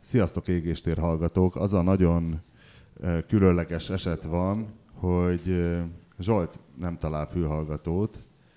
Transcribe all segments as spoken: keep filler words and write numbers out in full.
Sziasztok, égéstér hallgatók! Az a nagyon különleges eset van, hogy Zsolt nem talál fülhallgatót.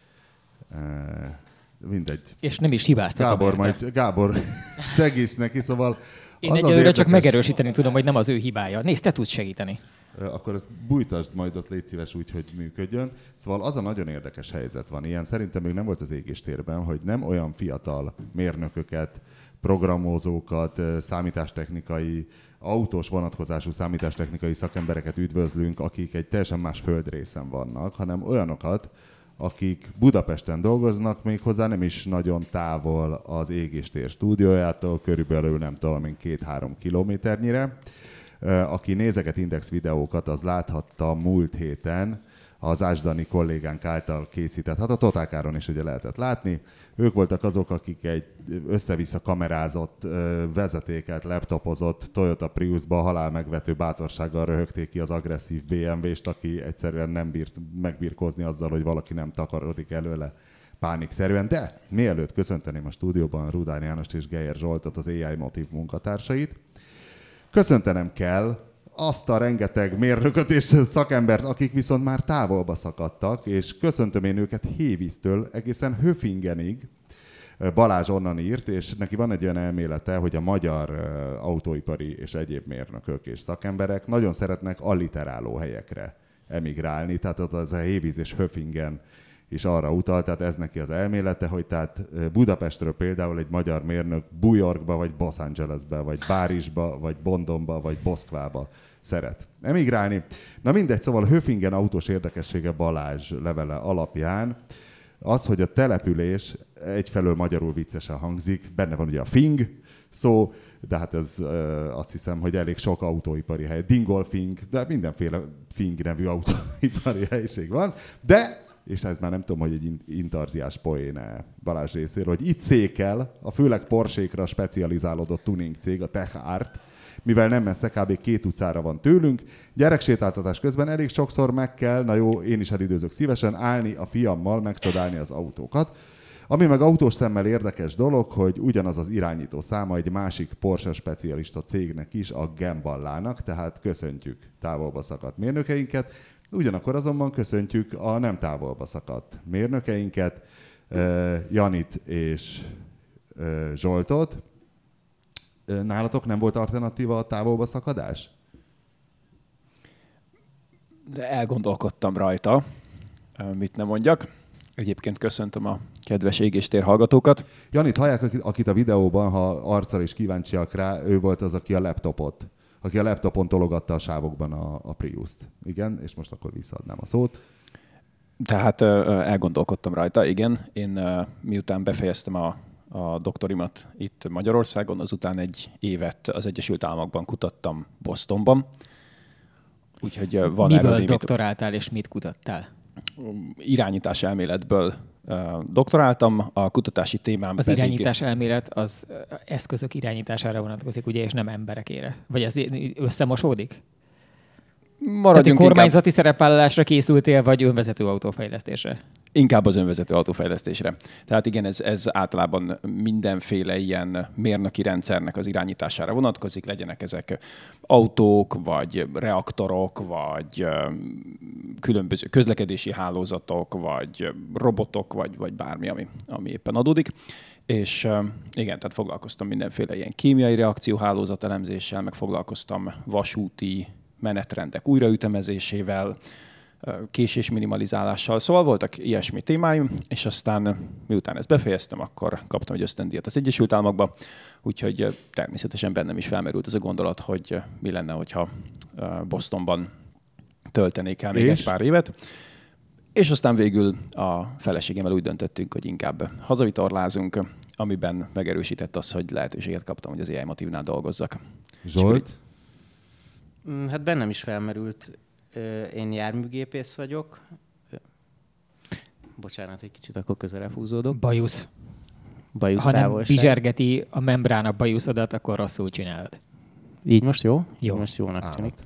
Mindegy. És nem is hibáztatom. Gábor, majd, Gábor segíts neki, szóval... Én egyelőre érdekes... csak megerősíteni tudom, hogy nem az ő hibája. Nézd, te tudsz segíteni. Akkor ezt bújtasd majd ott, légy szíves úgy, hogy működjön. Szóval az a nagyon érdekes helyzet van. Ilyen szerintem még nem volt az égéstérben, hogy nem olyan fiatal mérnököket, programozókat, számítástechnikai, autós vonatkozású számítástechnikai szakembereket üdvözlünk, akik egy teljesen más földrészen vannak, hanem olyanokat, akik Budapesten dolgoznak, méghozzá nem is nagyon távol az égéstér stúdiójától, körülbelül nem tudom, két-három kilométernyire. Aki nézeget Index videókat, az láthatta múlt héten az Ásdani kollégánk által készített, hát a Totálkáron is ugye lehetett látni. Ők voltak azok, akik egy össze-vissza kamerázott vezetéket, laptopozott Toyota Priusba halálmegvető bátorsággal röhögték ki az agresszív bé em vé-st, aki egyszerűen nem bírt megbirkózni azzal, hogy valaki nem takarodik előle pánikszerűen. De mielőtt köszönteném a stúdióban Rudán Jánost és Geyer Zsoltot, az á i Motive munkatársait, köszöntenem kell azt a rengeteg mérnököt és szakembert, akik viszont már távolba szakadtak, és köszöntöm én őket Hévíztől egészen Höfingenig. Balázs onnan írt, és neki van egy olyan elmélete, hogy a magyar autóipari és egyéb mérnökök és szakemberek nagyon szeretnek alliteráló helyekre emigrálni, tehát az a Hévíz és Höfingen is arra utal, tehát ez neki az elmélete, hogy tehát Budapestről például egy magyar mérnök New Yorkba, vagy Los Angelesbe, vagy Párizsba, vagy Londonba, vagy Moszkvába szeret emigrálni. Na mindegy, szóval Höfingen autós érdekessége Balázs levele alapján az, hogy a település egyfelől magyarul viccesen hangzik, benne van ugye a fing szó, de hát ez azt hiszem, hogy elég sok autóipari hely, Dingolfing, de mindenféle fing nevű autóipari helység van, de és ez már nem tudom, hogy egy intarziás poén-e Balázs részéről, hogy itt székel a főleg Porsche-kra specializálódott tuning cég, a Tech Art, mivel nem messze, kb. Két utcára van tőlünk. Gyereksétáltatás közben elég sokszor meg kell, na jó, én is elidőzök szívesen, állni a fiammal, megcsodálni az autókat. Ami meg autós szemmel érdekes dolog, hogy ugyanaz az irányító száma egy másik Porsche specialista cégnek is, a Gemballának, tehát köszöntjük távolba szakadt mérnökeinket. Ugyanakkor azonban köszöntjük a nem távolba szakadt mérnökeinket, Janit és Zsoltot. Nálatok nem volt alternatíva a távolba szakadás? De elgondolkodtam rajta, mit nem mondjak. Egyébként köszöntöm a kedves égéstér hallgatókat. Janit hallják, akit a videóban, ha arccal is kíváncsiak rá, ő volt az, aki a laptopot, aki a laptopon tologatta a sávokban a, a Priust. Igen, és most akkor visszaadnám a szót. Tehát elgondolkodtam rajta, igen. Én miután befejeztem a, a doktorimat itt Magyarországon, azután egy évet az Egyesült Államokban kutattam Bostonban. Úgyhogy van Miből erről doktoráltál és mit kutattál? Irányítás elméletből doktoráltam, a kutatási témám az pedig... Az irányítás elmélet az eszközök irányítására vonatkozik, ugye, és nem emberekére. Vagy ez összemosódik? Tehát, hogy kormányzati inkább... szerepvállalásra készültél, vagy önvezető autófejlesztésre? Inkább az önvezető autófejlesztésre. Tehát igen, ez, ez általában mindenféle ilyen mérnöki rendszernek az irányítására vonatkozik, legyenek ezek autók, vagy reaktorok, vagy különböző közlekedési hálózatok, vagy robotok, vagy, vagy bármi, ami, ami éppen adódik. És igen, tehát foglalkoztam mindenféle ilyen kémiai reakcióhálózat elemzéssel, meg foglalkoztam vasúti menetrendek újraütemezésével, késés minimalizálással. Szóval voltak ilyesmi témáim, és aztán miután ezt befejeztem, akkor kaptam egy ösztöndíjat az Egyesült Államokba, úgyhogy természetesen bennem is felmerült ez a gondolat, hogy mi lenne, hogyha Bostonban töltenék el még egy pár évet. És aztán végül a feleségemmel úgy döntöttünk, hogy inkább hazavitorlázunk, amiben megerősített az, hogy lehetőséget kaptam, hogy az á i Motive-nál dolgozzak. Zsolt? Hát bennem is felmerült. Én járműgépész vagyok. Bocsánat, egy kicsit akkor közelebb húzódok. Bajusz. Bajusz ha nem távolság. bizsergeti a membrán a bajuszodat, akkor rosszul csinálod. Így most jó? Jó. Most jónak tűnik.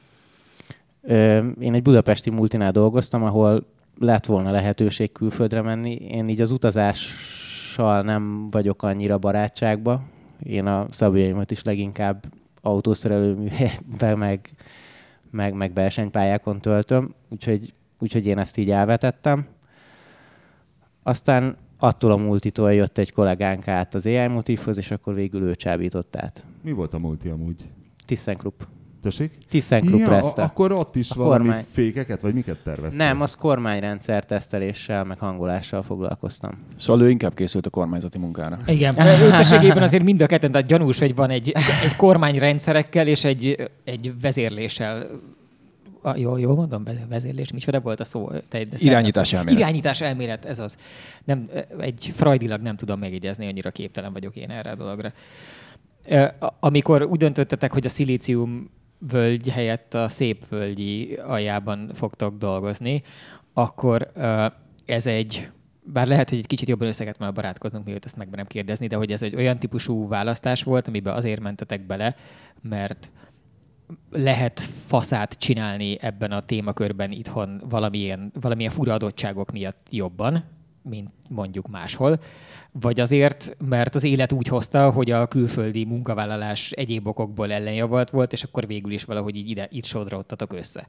Én egy budapesti multinál dolgoztam, ahol lett volna lehetőség külföldre menni. Én így az utazással nem vagyok annyira barátságba, Én a szabályaimat is leginkább autószerelőművekben, meg, meg, meg versenypályákon töltöm, úgyhogy, úgyhogy én ezt így elvetettem. Aztán attól a multitól jött egy kollégánk át az á i Motivhoz, és akkor végül ő csábított át. Mi volt a multi amúgy? ThyssenKrupp. Tessék? ThyssenKrupp ja, Reszte. Akkor ott is a valami kormány... fékeket, vagy miket terveztél? Nem, az kormányrendszer teszteléssel, meg hangolással foglalkoztam. Szóval ő inkább készült a kormányzati munkára. Igen, összességében azért mind a ketten, tehát gyanús, hogy van egy, egy kormányrendszerekkel és egy, egy vezérléssel. A, jó, jól mondom, vezérlés, micsoda volt a szó? Te, Irányítás elmélet. Irányítás elmélet, ez az. Nem, egy freudilag nem tudom megjegyezni, annyira képtelen vagyok én erre a dologra. Amikor úgy döntöttetek, hogy a szilícium völgy helyett a szép völgyi aljában fogtok dolgozni, akkor ez egy, bár lehet, hogy egy kicsit jobban össze kellett volna barátkoznunk, mielőtt ezt megmerem kérdezni, de hogy ez egy olyan típusú választás volt, amiben azért mentetek bele, mert lehet faszát csinálni ebben a témakörben itthon valamilyen, valamilyen fura adottságok miatt jobban, mint mondjuk máshol, vagy azért, mert az élet úgy hozta, hogy a külföldi munkavállalás egyéb okokból ellenjavalt volt, és akkor végül is valahogy így ide, itt sodródtatok össze.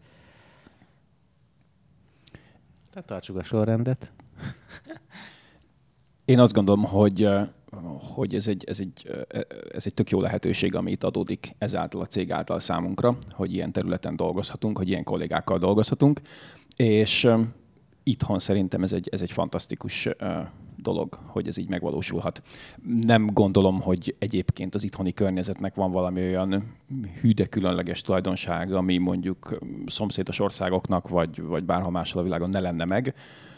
Tehát tartsuk a sorrendet. Én azt gondolom, hogy, hogy ez, egy, ez, egy, ez egy tök jó lehetőség, ami itt adódik ezáltal a cég által számunkra, hogy ilyen területen dolgozhatunk, hogy ilyen kollégákkal dolgozhatunk, és itthon szerintem ez egy, ez egy fantasztikus dolog, hogy ez így megvalósulhat. Nem gondolom, hogy egyébként az itthoni környezetnek van valami olyan hű, de különleges tulajdonság, ami mondjuk szomszédos országoknak, vagy, vagy bárhol máshol a világon ne lenne meg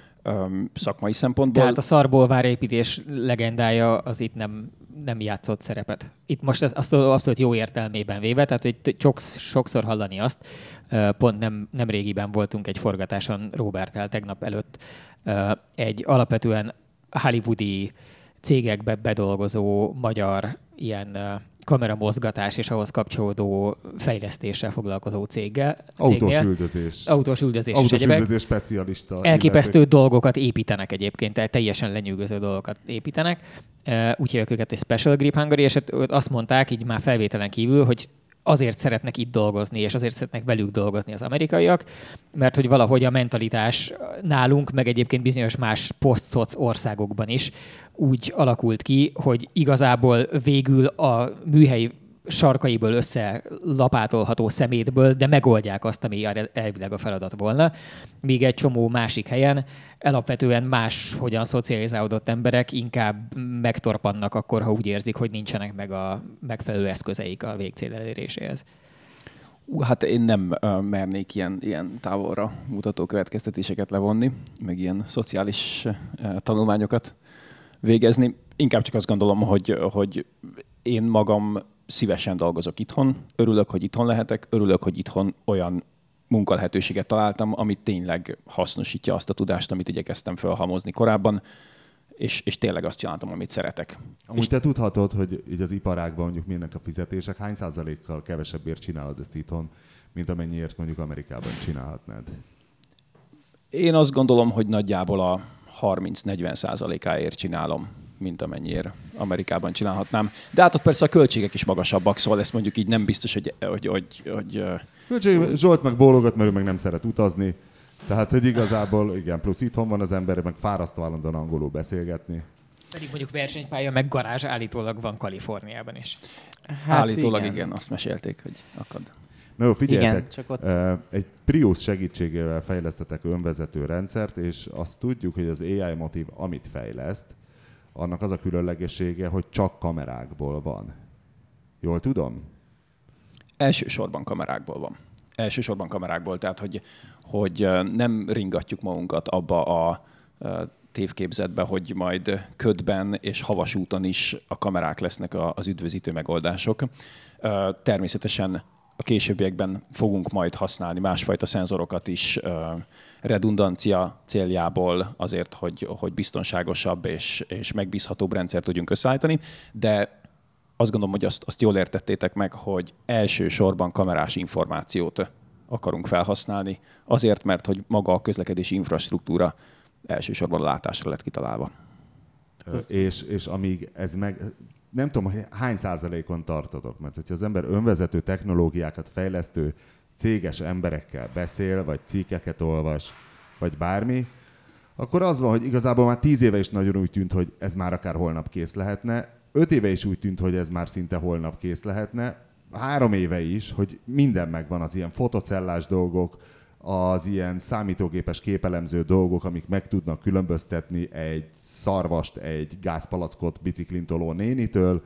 szakmai szempontból. Tehát a szarbolvárépítés legendája az itt nem, nem játszott szerepet. Itt most azt abszolút jó értelmében véve, tehát hogy sok, sokszor hallani azt, pont nem, nem régiben voltunk egy forgatáson Róberttel tegnap előtt, egy alapvetően hollywoodi cégekbe bedolgozó magyar ilyen kameramozgatás és ahhoz kapcsolódó fejlesztéssel foglalkozó céggel. Autós üldözés. Autós üldözés. Autós és egyebek. üldözés specialista. Elképesztő illetve... dolgokat építenek egyébként, tehát teljesen lenyűgöző dolgokat építenek. Úgy hívják őket, hogy Special Grip Hungary, és azt mondták így már felvételen kívül, hogy azért szeretnek itt dolgozni, és azért szeretnek velük dolgozni az amerikaiak, mert hogy valahogy a mentalitás nálunk, meg egyébként bizonyos más post-szoc országokban is úgy alakult ki, hogy igazából végül a műhely sarkaiból összelapátolható szemétből, de megoldják azt, ami elvileg a feladat volna. Míg egy csomó másik helyen alapvetően más, hogyan szocializálódott emberek inkább megtorpannak akkor, ha úgy érzik, hogy nincsenek meg a megfelelő eszközeik a végcél eléréséhez. Hát én nem uh, mernék ilyen, ilyen távolra mutató következtetéseket levonni, meg ilyen szociális uh, tanulmányokat végezni. Inkább csak azt gondolom, hogy, hogy én magam szívesen dolgozok itthon, örülök, hogy itthon lehetek, örülök, hogy itthon olyan munkalehetőséget találtam, amit tényleg hasznosítja azt a tudást, amit igyekeztem felhalmozni korábban, és, és tényleg azt csináltam, amit szeretek. Amúgy és te tudhatod, hogy így az iparágban mondjuk milyenek a fizetések, hány százalékkal kevesebbért csinálod ezt itthon, mint amennyiért mondjuk Amerikában csinálhatnád? Én azt gondolom, hogy nagyjából a harminc-negyven százalékáért csinálom, mint amennyiért Amerikában csinálhatnám. De hát ott persze a költségek is magasabbak, szóval ezt mondjuk így nem biztos, hogy... hogy, hogy, hogy Zsolt meg bólogat, mert ő meg nem szeret utazni. Tehát, hogy igazából, igen, plusz itthon van az ember, meg fárasztó állandóan angolul beszélgetni. Pedig mondjuk versenypálya, meg garázs állítólag van Kaliforniában is. Hát állítólag igen. igen, azt mesélték, hogy akad. Na jó, figyeljetek, igen, csak ott... egy Prius segítségével fejlesztetek önvezető rendszert, és azt tudjuk, hogy az á i Motiv, amit fejleszt, annak az a különlegessége, hogy csak kamerákból van. Jól tudom? Elsősorban kamerákból van. Elsősorban kamerákból, tehát hogy, hogy nem ringatjuk magunkat abba a tévképzetbe, hogy majd ködben és havas úton is a kamerák lesznek az üdvözítő megoldások. Természetesen a későbbiekben fogunk majd használni másfajta szenzorokat is redundancia céljából azért, hogy, hogy biztonságosabb és, és megbízhatóbb rendszert tudjunk összeállítani, de azt gondolom, hogy azt, azt jól értettétek meg, hogy elsősorban kamerás információt akarunk felhasználni, azért, mert hogy maga a közlekedési infrastruktúra elsősorban a látásra lett kitalálva. És, és amíg ez meg... nem tudom, hány százalékon tartotok, mert hogyha az ember önvezető technológiákat fejlesztő céges emberekkel beszél, vagy cikkeket olvas, vagy bármi, akkor az van, hogy igazából már tíz éve is nagyon úgy tűnt, hogy ez már akár holnap kész lehetne, öt éve is úgy tűnt, hogy ez már szinte holnap kész lehetne, három éve is, hogy minden megvan, az ilyen fotocellás dolgok, az ilyen számítógépes képelemző dolgok, amik meg tudnak különböztetni egy szarvast, egy gázpalackot biciklintoló nénitől,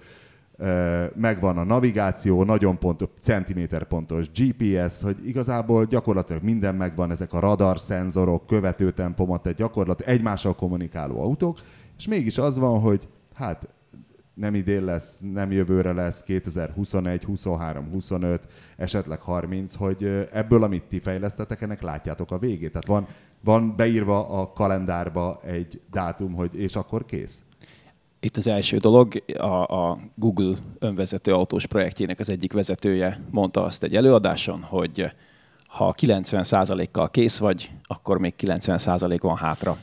megvan a navigáció, nagyon pontos, centiméterpontos gé pé es, hogy igazából gyakorlatilag minden megvan, ezek a radarszenzorok, követőtempomat, egy gyakorlatilag egymással kommunikáló autók, és mégis az van, hogy hát nem idén lesz, nem jövőre lesz, kétezer-huszonegy, huszonhárom, huszonöt, esetleg harminc, hogy ebből, amit ti fejlesztetek, ennek látjátok a végét. Tehát van, van beírva a kalendárba egy dátum, hogy és akkor kész. Itt az első dolog, a, a Google önvezető autós projektjének az egyik vezetője mondta azt egy előadáson, hogy ha kilencven százalékkal kész vagy, akkor még kilencven százalék van hátra.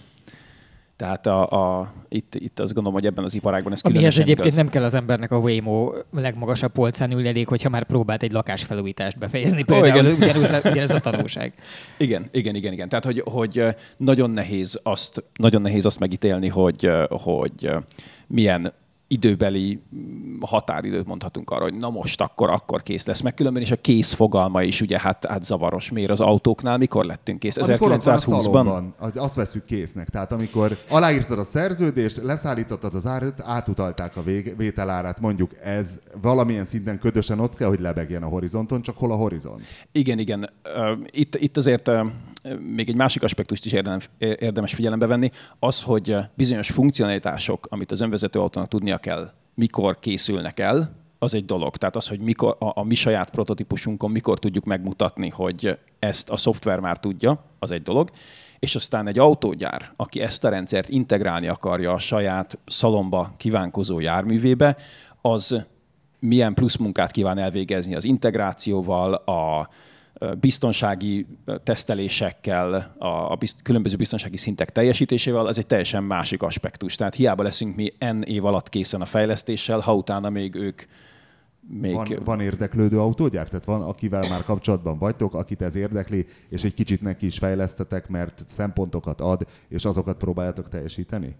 Tehát a, a, itt, itt azt gondolom, hogy ebben az iparágban ez különösen Amihez egyébként igaz. nem kell az embernek a Waymo legmagasabb polcán ülni, elég, hogyha már próbált egy lakásfelújítást befejezni. Például oh, ugyanez, ugyanez a tanulság. Igen, igen, igen, igen. Tehát, hogy, hogy nagyon nehéz azt, nagyon nehéz azt megítélni, hogy, hogy milyen időbeli határidőt mondhatunk arra, hogy na most akkor, akkor kész lesz. Meg különben is a kész fogalma is ugye hát, hát zavaros. Miért az autóknál? Mikor lettünk kész? ezerkilencszázhúszban? Azt veszük késznek. Tehát amikor aláírtad a szerződést, leszállítottad az árat, átutalták a vég, vételárát, mondjuk ez valamilyen szinten ködösen ott kell, hogy lebegjen a horizonton, csak hol a horizont? Igen, igen. Itt, itt azért még egy másik aspektust is érdemes figyelembe venni, az, hogy bizonyos funkcionalitások, amit az önvezető autónak tudnia kell, mikor készülnek el, az egy dolog. Tehát az, hogy mikor, a, a mi saját prototípusunkon mikor tudjuk megmutatni, hogy ezt a szoftver már tudja, az egy dolog. És aztán egy autógyár, aki ezt a rendszert integrálni akarja a saját szalomba kívánkozó járművébe, az milyen plusz munkát kíván elvégezni az integrációval, a biztonsági tesztelésekkel, a bizt- különböző biztonsági szintek teljesítésével, az egy teljesen másik aspektus. Tehát hiába leszünk mi N év alatt készen a fejlesztéssel, ha utána még ők még... Van, van érdeklődő autógyár? Tehát van, akivel már kapcsolatban vagytok, akit ez érdekli, és egy kicsit neki is fejlesztetek, mert szempontokat ad, és azokat próbáljátok teljesíteni?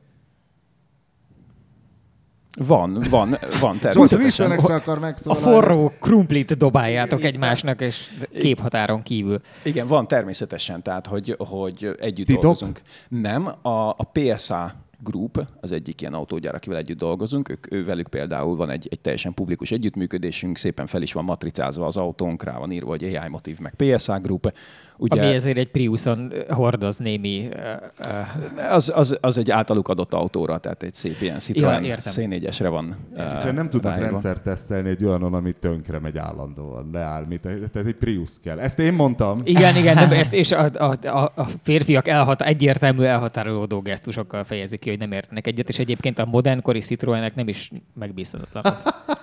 Van, van, van természetesen. Zsolt, az ismerek se akar megszólalni. A forró krumplit dobáljátok egymásnak, és képhatáron kívül. Igen, van természetesen, tehát hogy, hogy együtt Titok? dolgozunk. Nem, a, a pé es á Group, az egyik ilyen autógyár, akivel együtt dolgozunk, ők, ő velük például van egy, egy teljesen publikus együttműködésünk, szépen fel is van matricázva az autónk, rá van írva, hogy á i Motive meg pé es á Group. Ugye, ami ezért egy Priuson hordoz némi... Uh, uh, az, az, az egy általuk adott autóra, tehát egy szép ilyen Citroen ja, szé négyesre van. Uh, Hiszen nem tudnak ráírva. rendszert tesztelni egy olyanon, amit tönkre megy állandóan, leáll, mit, tehát egy Prius kell. Ezt én mondtam. Igen, igen, nem, ezt, és a, a, a, a férfiak elhat, egyértelmű elhatárolódó gesztusokkal fejezik ki, hogy nem értenek egyet, és egyébként a modernkori Citroenek nem is megbízhatatlan.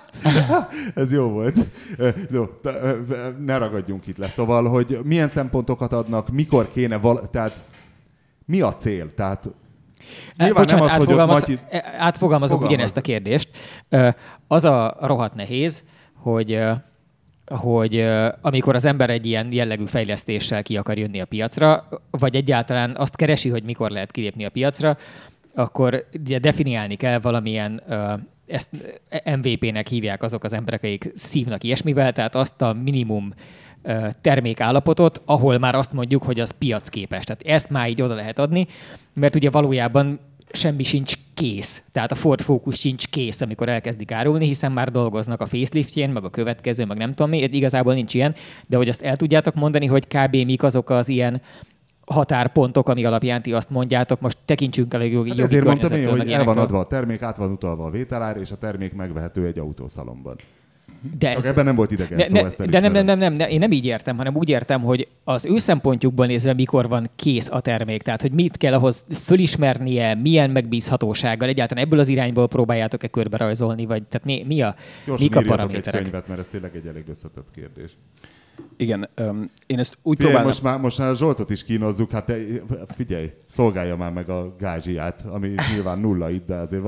Ez jó volt. No, ne ragadjunk itt le. Szóval, hogy milyen szempontokat adnak, mikor kéne, val- tehát mi a cél? Tehát nyilván Bocsánat, nem az, átfogalmaz, hogy Matyi... átfogalmazok ugyanezt a kérdést. Az a rohadt nehéz, hogy hogy amikor az ember egy ilyen jellegű fejlesztéssel ki akar jönni a piacra, vagy egyáltalán azt keresi, hogy mikor lehet kilépni a piacra, akkor ugye definiálni kell valamilyen, ezt em vé pé-nek hívják azok az emberek, akik szívnak ilyesmivel, tehát azt a minimum termékállapotot, ahol már azt mondjuk, hogy az piacképes. Tehát ezt már így oda lehet adni, mert ugye valójában semmi sincs kész. Tehát a Ford Focus sincs kész, amikor elkezdik árulni, hiszen már dolgoznak a faceliftjén, meg a következő, meg nem tudom mi, igazából nincs ilyen, de hogy azt el tudjátok mondani, hogy kb. Mik azok az ilyen határpontok, ami alapján ti azt mondjátok, most tekintsünk el a jogi, hát jogi ezért mondtam én, hogy el ilyenektől. van adva a termék, át van utalva a vételár, és a termék megvehető egy autószalomban. De Csak ezt, ebben nem volt idegen ne, szó, ne, ezt De nem, nem, nem, nem, nem, én nem így értem, hanem úgy értem, hogy az ő szempontjukból nézve mikor van kész a termék, tehát hogy mit kell ahhoz fölismernie, milyen megbízhatósággal, egyáltalán ebből az irányból próbáljátok-e körbe rajzolni, vagy tehát mi, mi a, Gyorsan mik a paraméterek? egy könyvet, mert ez tényleg egy elég összetett kérdés. Igen, um, én ezt úgy Figyelj, próbálnám... most már, most már Zsoltot is kínozzuk, hát te, figyelj, szolgálja már meg a gázsiát, ami nyilván nulla itt, de azért van.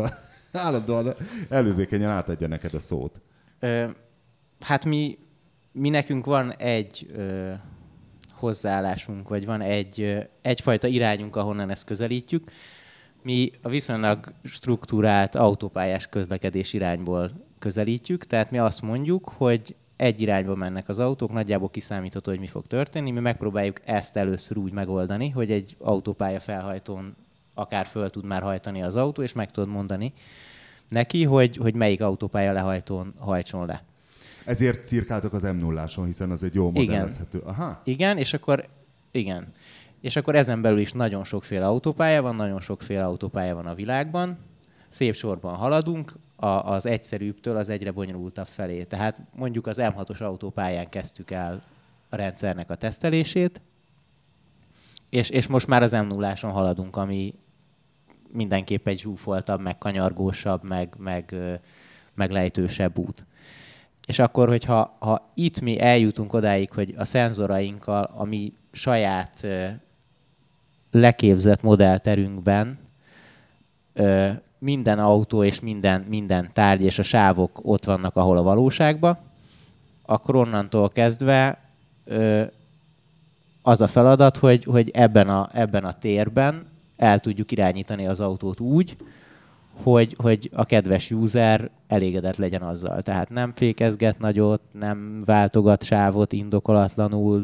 Állandóan előzékenyen átadja neked a szót. Ö, hát mi, mi nekünk van egy ö, hozzáállásunk, vagy van egy, ö, egyfajta irányunk, ahonnan ezt közelítjük. Mi a viszonylag struktúrált autópályás közlekedés irányból közelítjük, tehát mi azt mondjuk, hogy egy irányba mennek az autók, nagyjából kiszámítható, hogy mi fog történni. Mi megpróbáljuk ezt először úgy megoldani, hogy egy autópálya felhajtón akár föl tud már hajtani az autó, és meg tudod mondani neki, hogy, hogy melyik autópálya lehajtón hajtson le. Ezért cirkáltok az em nulláson, hiszen az egy jó modellezhető. Aha. Igen, és akkor igen. És akkor ezen belül is nagyon sokféle autópálya van, nagyon sokféle autópálya van a világban. Szép sorban haladunk, a, az egyszerűbbtől az egyre bonyolultabb felé. Tehát mondjuk az em hatos autópályán kezdtük el a rendszernek a tesztelését, és, és most már az em nulláson haladunk, ami mindenképp egy zsúfoltabb, meg kanyargósabb, meg, meg, meg lejtősebb út. És akkor, hogyha ha itt mi eljutunk odáig, hogy a szenzorainkkal, a mi saját ö, leképzett modellterünkben ö, minden autó és minden, minden tárgy és a sávok ott vannak, ahol a valóságban, akkor onnantól kezdve ö, az a feladat, hogy, hogy ebben, a, ebben a térben el tudjuk irányítani az autót úgy, hogy, hogy a kedves user elégedett legyen azzal. Tehát nem fékezget nagyot, nem váltogat sávot indokolatlanul,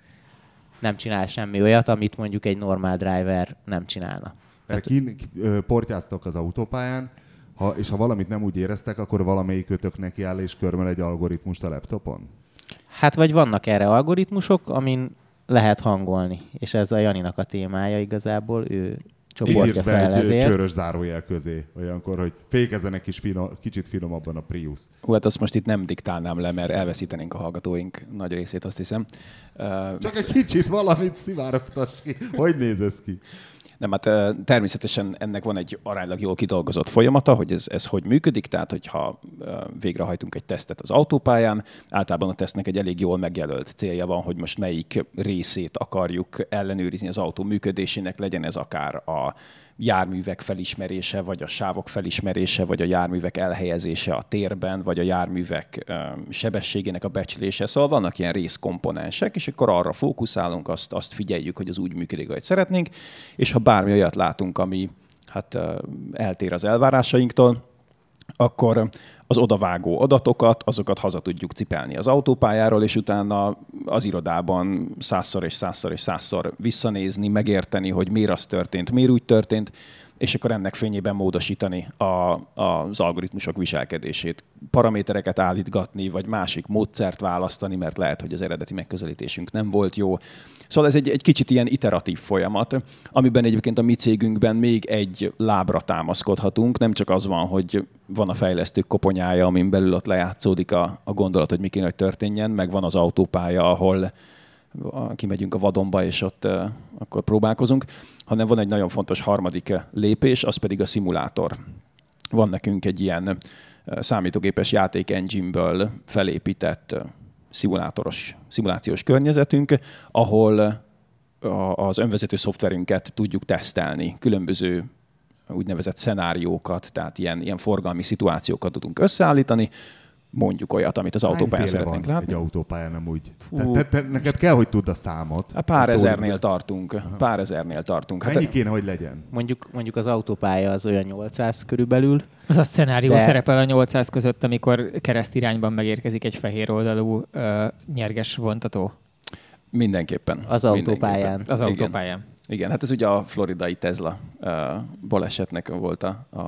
nem csinál semmi olyat, amit mondjuk egy normál driver nem csinálna. Mert kin, portyáztok az autópályán, ha, és ha valamit nem úgy éreztek, akkor valamelyik kötök neki áll és körmel egy algoritmust a laptopon? Hát vagy vannak erre algoritmusok, amin lehet hangolni, és ez a Janinak a témája igazából, ő csoportja fel egy ezért. Csőrös zárójel közé, olyankor, hogy fékezzenek is finom, kicsit finomabban a Prius. Hú, hát azt most itt nem diktálnám le, mert elveszítenénk a hallgatóink nagy részét, azt hiszem. Csak egy kicsit valamit szivárogtass ki. Hogy néz ez ki? Nem, hát természetesen ennek van egy aránylag jól kidolgozott folyamata, hogy ez, ez hogy működik, tehát hogyha végrehajtunk egy tesztet az autópályán, általában a tesztnek egy elég jól megjelölt célja van, hogy most melyik részét akarjuk ellenőrizni az autó működésének, legyen ez akár a járművek felismerése, vagy a sávok felismerése, vagy a járművek elhelyezése a térben, vagy a járművek sebességének a becslése. Szóval vannak ilyen részkomponensek, és akkor arra fókuszálunk, azt, azt figyeljük, hogy az úgy működik, ahogy szeretnénk, és ha bármi olyat látunk, ami hát eltér az elvárásainktól, akkor az odavágó adatokat, azokat haza tudjuk cipelni az autópályáról, és utána az irodában százszor és százszor és százszor visszanézni, megérteni, hogy miért az történt, miért úgy történt, és akkor ennek fényében módosítani a, az algoritmusok viselkedését. Paramétereket állítgatni, vagy másik módszert választani, mert lehet, hogy az eredeti megközelítésünk nem volt jó. Szóval ez egy, egy kicsit ilyen iteratív folyamat, amiben egyébként a mi cégünkben még egy lábra támaszkodhatunk. Nem csak az van, hogy van a fejlesztők koponyája, amin belül ott lejátszódik a, a gondolat, hogy mi kéne, hogy történjen, meg van az autópálya, ahol kimegyünk a vadonba, és ott uh, akkor próbálkozunk, hanem van egy nagyon fontos harmadik lépés, az pedig a szimulátor. Van nekünk egy ilyen uh, számítógépes játék engine-ből felépített uh, szimulátoros, szimulációs környezetünk, ahol uh, az önvezető szoftverünket tudjuk tesztelni, különböző úgynevezett szenáriókat, tehát ilyen, ilyen forgalmi szituációkat tudunk összeállítani, mondjuk olyat, amit az autópályán szeretnénk látni. Egy autópályán nem úgy. Te, te, te, neked kell, hogy tudd a számot. A pár ezernél tartunk. Aha. Pár ezernél tartunk. Mennyi hát, kéne, hogy legyen? Mondjuk, mondjuk az autópálya az olyan nyolcszáz körülbelül. Az a szenárió de... szerepel a nyolcszáz között, amikor keresztirányban megérkezik egy fehér oldalú uh, nyerges vontató. Mindenképpen. Az autópályán. Az autópályán. Igen. Igen, hát ez ugye a floridai Tesla uh, balesetnek volt a, a,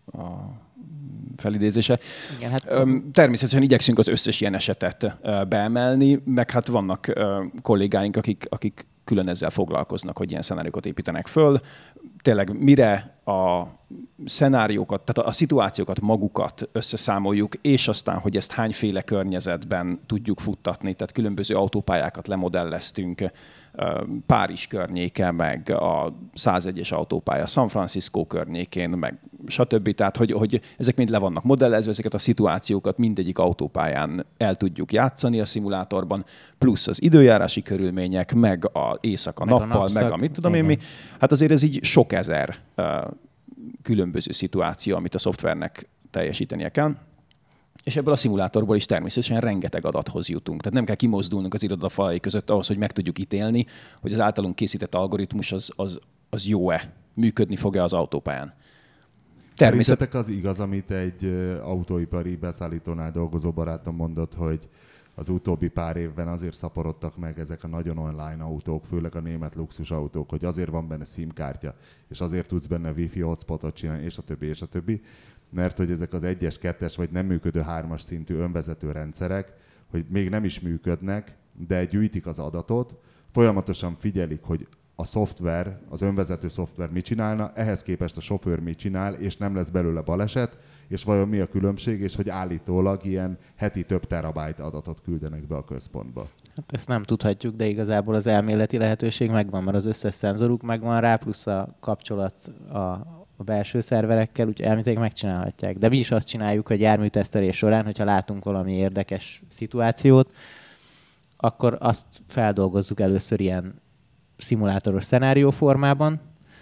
a felidézése. Igen, hát... Természetesen igyekszünk az összes ilyen esetet beemelni, meg hát vannak kollégáink, akik, akik külön ezzel foglalkoznak, hogy ilyen szenáriókat építenek föl. Tényleg mire a szenáriókat, tehát a szituációkat magukat összeszámoljuk, és aztán, hogy ezt hányféle környezetben tudjuk futtatni, tehát különböző autópályákat lemodelleztünk, Párizs környéke, meg a százegyes autópálya San Francisco környékén, meg stb. Tehát, hogy, hogy ezek mind le vannak modellezve, ezeket a szituációkat mindegyik autópályán el tudjuk játszani a szimulátorban, plusz az időjárási körülmények, meg a éjszaka, meg nappal, a meg a mit tudom én mi. Hát azért ez így sok ezer uh, különböző szituáció, amit a szoftvernek teljesítenie kell. És ebből a szimulátorból is természetesen rengeteg adathoz jutunk. Tehát nem kell kimozdulnunk az iroda falai között ahhoz, hogy meg tudjuk ítélni, hogy az általunk készített algoritmus az, az, az jó-e, működni fog-e az autópályán. Természetesen az igaz, amit egy autóipari beszállítónál dolgozó barátom mondott, hogy az utóbbi pár évben azért szaporodtak meg ezek a nagyon online autók, főleg a német luxusautók, hogy azért van benne SIM-kártya, és azért tudsz benne Wi-Fi hotspotot csinálni, és a többi, és a többi. Mert hogy ezek az egyes, kettes vagy nem működő hármas szintű önvezető rendszerek, hogy még nem is működnek, de gyűjtik az adatot, folyamatosan figyelik, hogy a szoftver, az önvezető szoftver mit csinálna, ehhez képest a sofőr mit csinál, és nem lesz belőle baleset, és vajon mi a különbség, és hogy állítólag ilyen heti több terabájt adatot küldenek be a központba. Hát ezt nem tudhatjuk, de igazából az elméleti lehetőség megvan, mert az összes szenzoruk megvan rá, plusz a kapcsolat a, a belső szerverekkel, úgyhogy elméletileg megcsinálhatják. De mi is azt csináljuk, hogy járműtesztelés során, hogyha látunk valami érdekes szituációt, akkor azt feldolgozzuk először ilyen szimulátoros szenárió formában,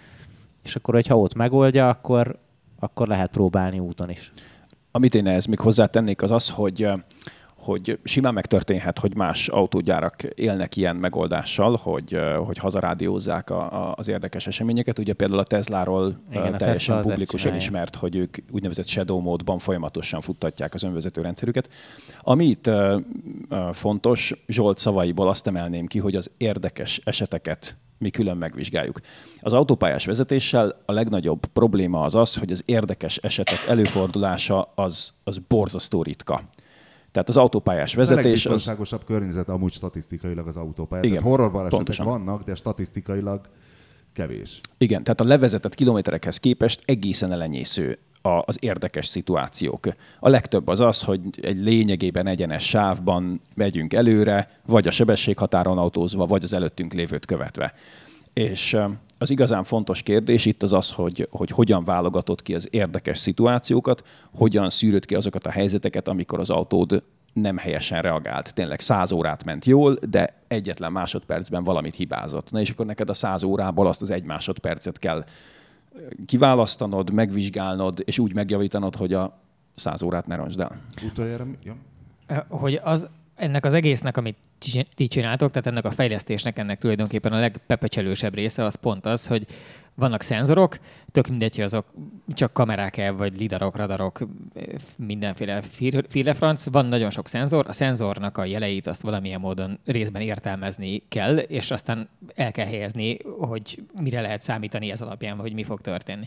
és akkor, hogyha ott megoldja, akkor, akkor lehet próbálni úton is. Amit én ehhez még hozzátennék, az az, hogy, hogy simán megtörténhet, hogy más autógyárak élnek ilyen megoldással, hogy, hogy hazarádiózzák a, a, az érdekes eseményeket. Ugye például a Tesláról Igen, teljesen a publikusan ismert, hogy ők úgynevezett shadow módban folyamatosan futtatják az önvezető rendszerüket. Ami itt uh, uh, fontos, Zsolt szavaiból azt emelném ki, hogy az érdekes eseteket mi külön megvizsgáljuk. Az autópályás vezetéssel a legnagyobb probléma az az, hogy az érdekes esetek előfordulása az, az borzasztó ritka. Tehát az autópályás vezetés... A legbiztonságosabb az... környezet amúgy statisztikailag az autópálya. Igen, tehát horrorbalesetek vannak, de statisztikailag kevés. Igen, tehát a levezetett kilométerekhez képest egészen elenyésző az érdekes szituációk. A legtöbb az az, hogy egy lényegében egyenes sávban megyünk előre, vagy a sebességhatáron autózva, vagy az előttünk lévőt követve. És az igazán fontos kérdés itt az az, hogy, hogy hogyan válogatod ki az érdekes szituációkat, hogyan szűröd ki azokat a helyzeteket, amikor az autód nem helyesen reagált. Tényleg száz órát ment jól, de egyetlen másodpercben valamit hibázott. Na és akkor neked a száz órából azt az egy másodpercet kell kiválasztanod, megvizsgálnod, és úgy megjavítanod, hogy a száz órát ne roncsd el. Utoljára, ja. Hogy az, ennek az egésznek, amit ti csináltok, tehát ennek a fejlesztésnek, ennek tulajdonképpen a legpepecselősebb része az pont az, hogy vannak szenzorok, tök mindegy, hogy azok csak kamerák-e, vagy lidarok, radarok, mindenféle firlefranc. Van nagyon sok szenzor, a szenzornak a jeleit azt valamilyen módon részben értelmezni kell, és aztán el kell helyezni, hogy mire lehet számítani ez alapján, hogy mi fog történni.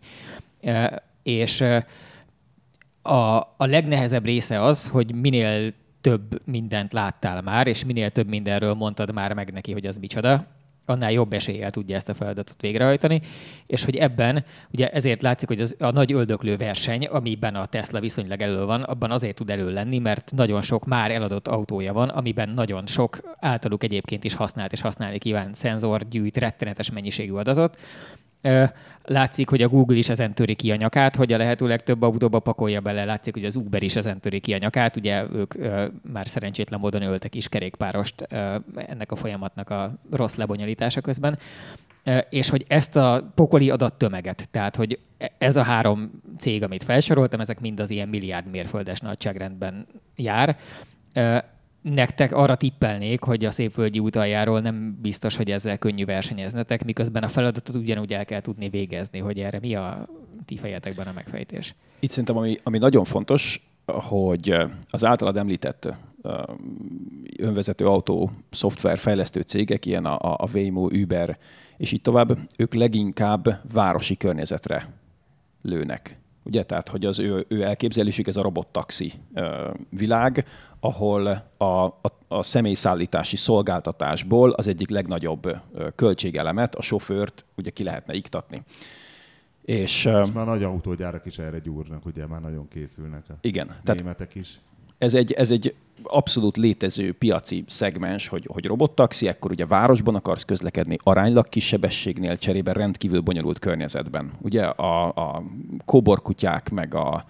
És a, a legnehezebb része az, hogy minél több mindent láttál már, és minél több mindenről mondtad már meg neki, hogy az micsoda, annál jobb eséllyel tudja ezt a feladatot végrehajtani, és hogy ebben, ugye ezért látszik, hogy az, a nagy öldöklő verseny, amiben a Tesla viszonylag elő van, abban azért tud elő lenni, mert nagyon sok már eladott autója van, amiben nagyon sok általuk egyébként is használt és használni kívánt szenzor gyűjt rettenetes mennyiségű adatot. Látszik, hogy a Google is ezen töri ki a nyakát, hogy a lehető legtöbb autóba pakolja bele. Látszik, hogy az Uber is ezen töri ki a nyakát. Ugye ők ö, már szerencsétlen módon öltek is kerékpárost ö, ennek a folyamatnak a rossz lebonyolítása közben. Ö, és hogy ezt a pokoli adattömeget, tehát hogy ez a három cég, amit felsoroltam, ezek mind az ilyen milliárd mérföldes nagyságrendben jár. Ö, Nektek arra tippelnék, hogy a Szépvölgyi út aljáról nem biztos, hogy ezzel könnyű versenyeznetek, miközben a feladatot ugyanúgy el kell tudni végezni, hogy erre mi a ti fejetekben a megfejtés. Itt szerintem, ami, ami nagyon fontos, hogy az általad említett önvezető autó szoftver fejlesztő cégek, ilyen a, a Waymo, Uber és így tovább, ők leginkább városi környezetre lőnek. Ugye, tehát, hogy az ő, ő elképzelésük ez a robottaxi világ, ahol a, a, a személyszállítási szolgáltatásból az egyik legnagyobb költségelemet, a sofőrt ugye ki lehetne iktatni. És, és már nagy autógyárak is erre gyúrnak, ugye már nagyon készülnek a igen, németek tehát is. Ez egy, ez egy abszolút létező piaci szegmens, hogy, hogy robottaxi, akkor ugye városban akarsz közlekedni, aránylag kis sebességnél, cserébe rendkívül bonyolult környezetben. Ugye a, a kóborkutyák, meg a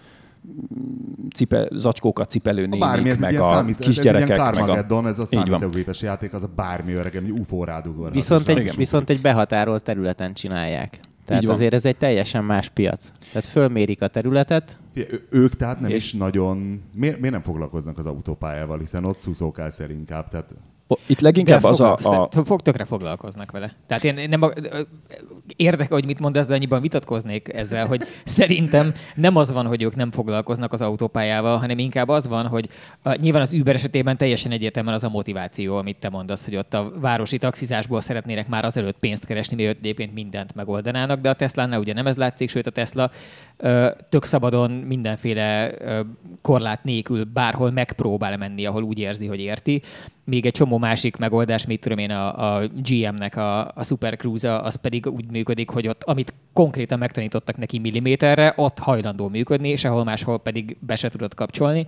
cipe, zacskókat cipelő nénik, bármi, ez meg a számít, kisgyerekek. Ez egy Carmageddon, a... ez a számítógépes játék, az a bármi öreg, egy u ef o rádugva. Viszont egy, viszont egy behatárolt területen csinálják. Tehát azért ez egy teljesen más piac. Tehát fölmérik a területet. Ők tehát nem is nagyon... Miért, miért nem foglalkoznak az autópályával, hiszen ott szúszókálsz el inkább, tehát... Itt leginkább az a, a... Fog, tökre foglalkoznak vele. Tehát én nem érdekel, hogy mit mondasz, de annyiban vitatkoznék ezzel, hogy szerintem nem az van, hogy ők nem foglalkoznak az autópályával, hanem inkább az van, hogy a, nyilván az Uber esetében teljesen egyértelműen az a motiváció, amit te mondasz, hogy ott a városi taxizásból szeretnének már azelőtt pénzt keresni, mielőtt egyébként mindent megoldanának, de a Teslánál ugye nem ez látszik, sőt a Tesla ö, tök szabadon mindenféle ö, korlát nélkül bárhol megpróbál menni, ahol úgy érzi, hogy érti. Még egy csomó másik megoldás, mit tudom én, a, a gé em-nek a, a Super Cruise, az pedig úgy működik, hogy ott, amit konkrétan megtanítottak neki milliméterre, ott hajlandó működni, és ahol máshol pedig be se tudod kapcsolni.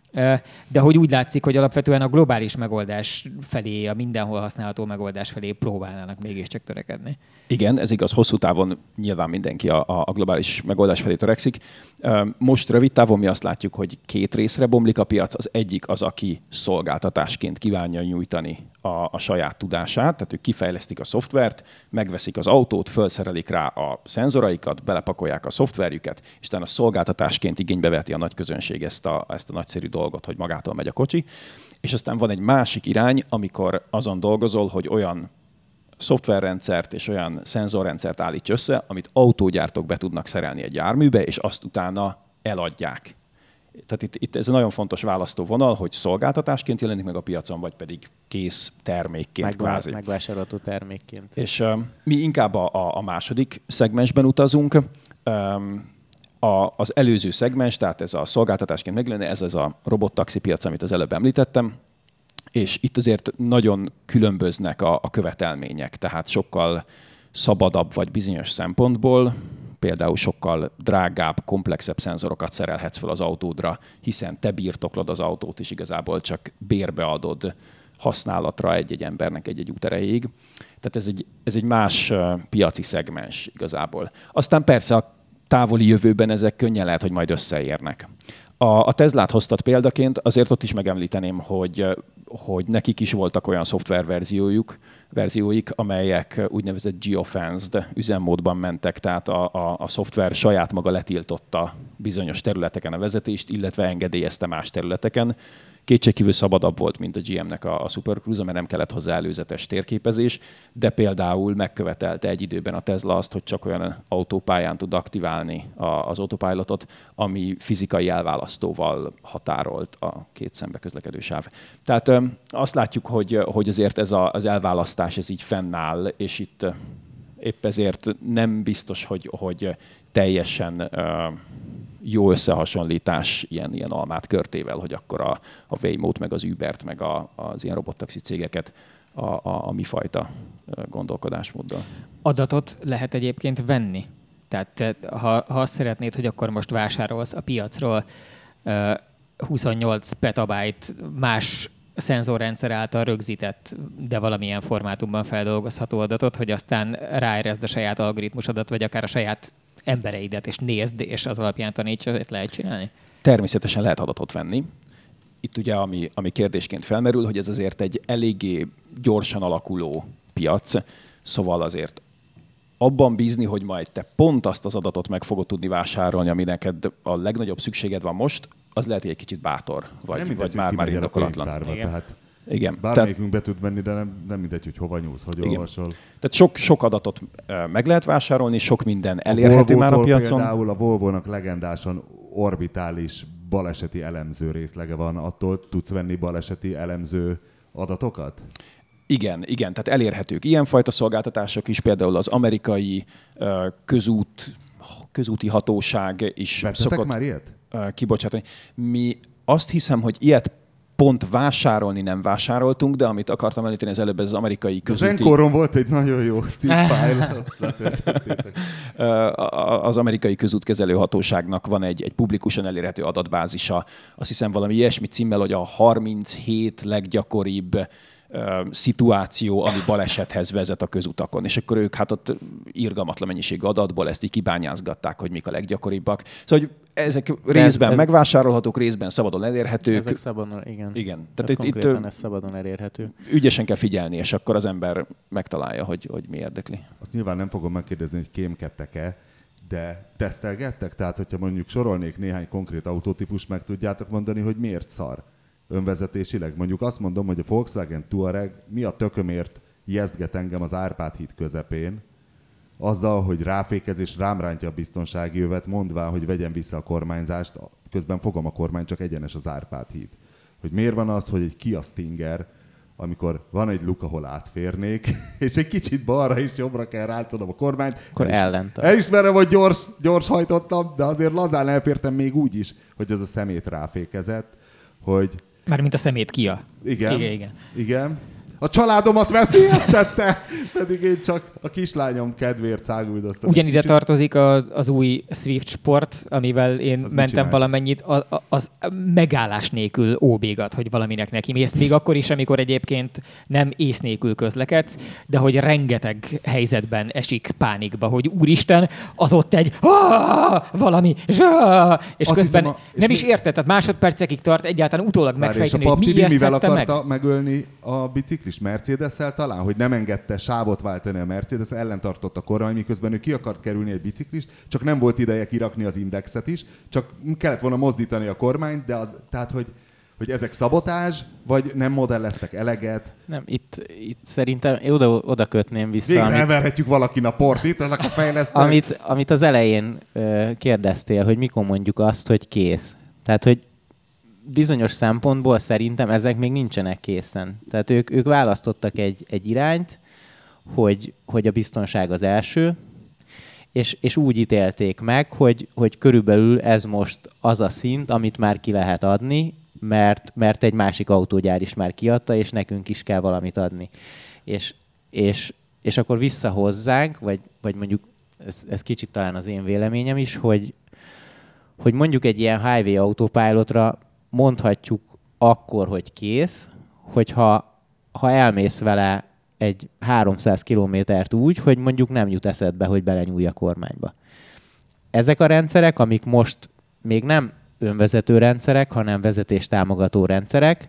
De hogy úgy látszik, hogy alapvetően a globális megoldás felé, a mindenhol használható megoldás felé próbálnának mégiscsak törekedni. Igen, ez igaz, hosszú távon nyilván mindenki a, a globális megoldás felé törekszik. Most rövid távon mi azt látjuk, hogy két részre bomlik a piac. Az egyik az, aki szolgáltatásként kívánja nyújtani a, a saját tudását, tehát ők kifejlesztik a szoftvert, megveszik az autót, felszerelik rá a szenzoraikat, belepakolják a szoftverjüket, és utána szolgáltatásként igénybe veti a nagy közönség ezt a, ezt a nagyszerű dolgot, hogy magától megy a kocsi. És aztán van egy másik irány, amikor azon dolgozol, hogy olyan szoftverrendszert és olyan szenzorrendszert állíts össze, amit autógyártók be tudnak szerelni egy járműbe, és azt utána eladják. Tehát itt, itt ez egy nagyon fontos választóvonal, hogy szolgáltatásként jelenik meg a piacon, vagy pedig kész termékként. Megvá- kvázi. Megvásárolható termékként. És uh, mi inkább a, a második szegmensben utazunk. Um, a, az előző szegmens, tehát ez a szolgáltatásként megjelenő, ez az a robottaxi piac, amit az előbb említettem, és itt azért nagyon különböznek a, a követelmények, tehát sokkal szabadabb vagy bizonyos szempontból, például sokkal drágább, komplexebb szenzorokat szerelhetsz fel az autódra, hiszen te birtoklod az autót, és igazából csak bérbe adod használatra egy-egy embernek egy-egy út erejéig. Tehát ez egy, ez egy más piaci szegmens igazából. Aztán persze a távoli jövőben ezek könnyen lehet, hogy majd összeérnek. A, a Teslát hoztat példaként, azért ott is megemlíteném, hogy, hogy nekik is voltak olyan szoftververziójuk, verzióik, amelyek úgynevezett geofenced üzemmódban mentek, tehát a, a, a szoftver saját maga letiltotta bizonyos területeken a vezetést, illetve engedélyezte más területeken. Kétségkívül szabadabb volt, mint a gé em-nek a, a Super Cruise, mert nem kellett hozzá előzetes térképezés, de például megkövetelte egy időben a Tesla azt, hogy csak olyan autópályán tud aktiválni a, az autopilotot, ami fizikai elválasztóval határolt a két szembe közlekedő sáv. Tehát ö, azt látjuk, hogy, hogy azért ez a, az elválasztás ez így fennáll, és itt épp ezért nem biztos, hogy, hogy teljesen ö, jó összehasonlítás ilyen, ilyen almát körtével, hogy akkor a, a Waymo-t, meg az Ubert, meg a, az ilyen robottaxi cégeket a, a, a mi fajta gondolkodásmóddal. Adatot lehet egyébként venni? Tehát ha, ha azt szeretnéd, hogy akkor most vásárolsz a piacról uh, huszonnyolc petabyte más szenzorrendszer által rögzített, de valamilyen formátumban feldolgozható adatot, hogy aztán ráérezd a saját algoritmusodat, vagy akár a saját embereidet, és nézd, és az alapján taníts, hogy lehet csinálni? Természetesen lehet adatot venni. Itt ugye, ami, ami kérdésként felmerül, hogy ez azért egy eléggé gyorsan alakuló piac, szóval azért abban bízni, hogy majd te pont azt az adatot meg fogod tudni vásárolni, ami neked a legnagyobb szükséged van most, az lehet, hogy egy kicsit bátor, vagy, nem mindegy, vagy már, már indokolatlan. Tehát igen. bármelyikünk be tud menni, de nem, nem mindegy, hogy hova nyúlsz, hogy igen. olvasol. Tehát sok, sok adatot meg lehet vásárolni, sok minden elérhető már a piacon. Például a Volvo-nak legendásan orbitális baleseti elemző részlege van, attól tudsz venni baleseti elemző adatokat? Igen, igen, tehát elérhetők ilyenfajta szolgáltatások is, például az amerikai uh, közút, közúti hatóság is Vettetek szokott már ilyet? Uh, kibocsátani. Mi azt hiszem, hogy ilyet pont vásárolni nem vásároltunk, de amit akartam említeni az előbb, ez az amerikai közúti... Az enkoron volt egy nagyon jó zip-file, azt letöltöttétek. Az amerikai közútkezelő hatóságnak van egy, egy publikusan elérhető adatbázisa. Azt hiszem valami ilyesmi címmel, hogy a harminchét leggyakoribb szituáció, ami balesethez vezet a közutakon. És akkor ők hát ott irgalmatlan mennyiségű adatból ezt így kibányázgatták, hogy mik a leggyakoribbak. Szóval, hogy ezek részben ez, ez megvásárolhatók, részben szabadon elérhetők. Ezek szabadon, igen. Igen. Tehát itt, itt ez szabadon elérhető. Ügyesen kell figyelni, és akkor az ember megtalálja, hogy, hogy mi érdekli. Azt nyilván nem fogom megkérdezni, hogy kémkedtek-e, de tesztelgettek? Tehát, hogyha mondjuk sorolnék néhány konkrét autótípus, meg tudjátok mondani, hogy miért szar önvezetésileg? Mondjuk azt mondom, hogy a Volkswagen Touareg mi a tökömért jezdget engem az Árpád híd közepén, azzal, hogy ráfékez és rám rántja a biztonsági övet, mondván, hogy vegyem vissza a kormányzást, közben fogom a kormány, csak egyenes az Árpád híd. Hogy miért van az, hogy egy Kia Stinger, amikor van egy luk, ahol átférnék, és egy kicsit balra és jobbra kell rántanom a kormányt. Akkor ellent. Elismerem, hogy gyors, gyors hajtottam, de azért lazán elfértem még úgy is, hogy ez a szemét ráfékezett, hogy... Mármint a szemét Kia. Igen, igen, igen. igen. A családomat veszélyeztette, pedig én csak a kislányom kedvéért száguldoztam. Ugyanide kicsit. Tartozik az, az új Swift Sport, amivel én az mentem valamennyit, az, az megállás nélkül óbégat, hogy valaminek neki mész. Még akkor is, amikor egyébként nem ész nélkül közlekedsz, de hogy rengeteg helyzetben esik pánikba, hogy úristen, az ott egy valami, és azt közben hiszem, a, és nem mi... is érted, tehát másodpercekig tart egyáltalán utólag megfejteni, hogy mi mivel akarta meg? megölni a biciklis Mercedes-szel talán, hogy nem engedte sávot váltani a Mercedes, ellentartott a kormány, miközben ő ki akart kerülni egy biciklist, csak nem volt ideje kirakni az indexet is, csak kellett volna mozdítani a kormányt, de az, tehát, hogy, hogy ezek szabotázs, vagy nem modelleztek eleget? Nem, itt, itt szerintem oda, oda kötném vissza. Végre amit, elverhetjük valakin a portit, annak a fejlesztők. Amit, amit az elején uh, kérdeztél, hogy mikor mondjuk azt, hogy kész. Tehát, hogy bizonyos szempontból szerintem ezek még nincsenek készen. Tehát ők, ők választottak egy, egy irányt, hogy, hogy a biztonság az első, és, és úgy ítélték meg, hogy, hogy körülbelül ez most az a szint, amit már ki lehet adni, mert, mert egy másik autógyár is már kiadta, és nekünk is kell valamit adni. És, és, és akkor visszahozzánk, vagy, vagy mondjuk, ez, ez kicsit talán az én véleményem is, hogy, hogy mondjuk egy ilyen highway autópilotra mondhatjuk akkor, hogy kész, hogyha ha elmész vele egy háromszáz kilométert úgy, hogy mondjuk nem jut eszedbe, hogy belenyúlj a kormányba. Ezek a rendszerek, amik most még nem önvezető rendszerek, hanem vezetéstámogató rendszerek,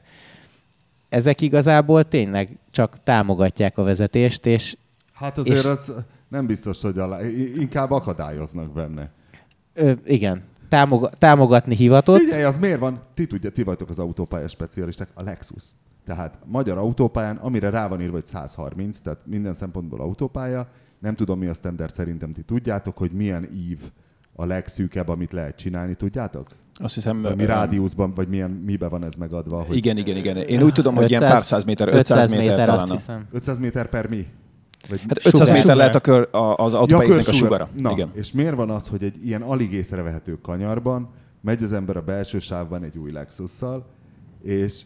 ezek igazából tényleg csak támogatják a vezetést, és... Hát azért és, az nem biztos, hogy alá, inkább akadályoznak benne. Ö, igen. Támog- támogatni hivatott. Figyelj, az miért van? Ti tudja, ti vagytok az autópálya specialisták, a Lexus. Tehát magyar autópályán, amire rá van írva, hogy száz harminc, tehát minden szempontból autópálya, nem tudom mi a standard, szerintem ti tudjátok, hogy milyen ív a legszűkebb, amit lehet csinálni, tudjátok? Azt hiszem... Mi rádiuszban, vagy milyen, miben van ez megadva? Hogy... Igen, igen, igen. Én úgy tudom, hogy ilyen pár száz méter, ötszáz méter talán. ötszáz méter per mi? Vagy hát ötszáz méter sugár. Lehet a kör, a, az autópályáknak ja, a sugara. Na, igen. És miért van az, hogy egy ilyen alig észrevehető kanyarban megy az ember a belső sávban egy új Lexusszal, és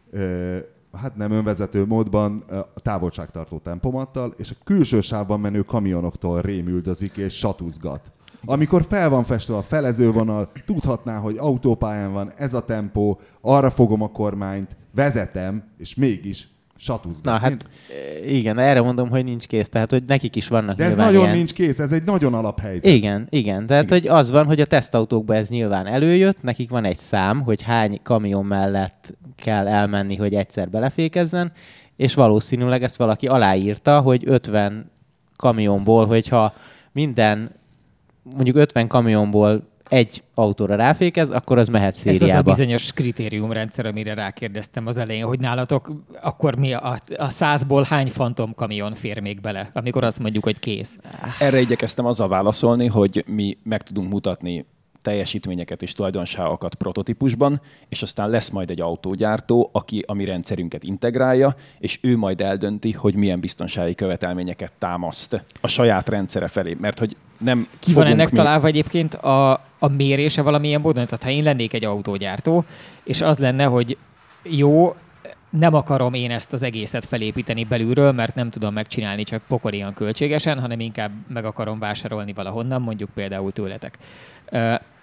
ö, hát nem önvezető módban a távolságtartó tempomattal, és a külső sávban menő kamionoktól rémüldözik és satuzgat. Amikor fel van festve a felezővonal, tudhatná, hogy autópályán van, ez a tempó, arra fogom a kormányt, vezetem, és mégis satuzgat. Na hát igen, erre mondom, hogy nincs kész, tehát hogy nekik is vannak. De ez nagyon ilyen... nincs kész, ez egy nagyon alaphelyzet. Igen, igen, tehát igen. Hogy az van, hogy a tesztautókban ez nyilván előjött, nekik van egy szám, hogy hány kamion mellett kell elmenni, hogy egyszer belefékezzen, és valószínűleg ezt valaki aláírta, hogy ötven kamionból, hogyha minden, mondjuk ötven kamionból egy autóra ráfékez, akkor az mehet szériába. Ez az a bizonyos kritériumrendszer, amire rákérdeztem az elején, hogy nálatok akkor mi a, a százból hány fantomkamion fér még bele, amikor azt mondjuk, hogy kész? Erre igyekeztem azzal válaszolni, hogy mi meg tudunk mutatni teljesítményeket és tulajdonságokat prototípusban, és aztán lesz majd egy autógyártó, aki a mi rendszerünket integrálja, és ő majd eldönti, hogy milyen biztonsági követelményeket támaszt a saját rendszere felé. Mert hogy nem Ki van ennek mi... találva egyébként a, a mérése valamilyen módon? Tehát ha én lennék egy autógyártó, és az lenne, hogy jó, nem akarom én ezt az egészet felépíteni belülről, mert nem tudom megcsinálni csak pokolian költségesen, hanem inkább meg akarom vásárolni valahonnan, mondjuk például tőletek.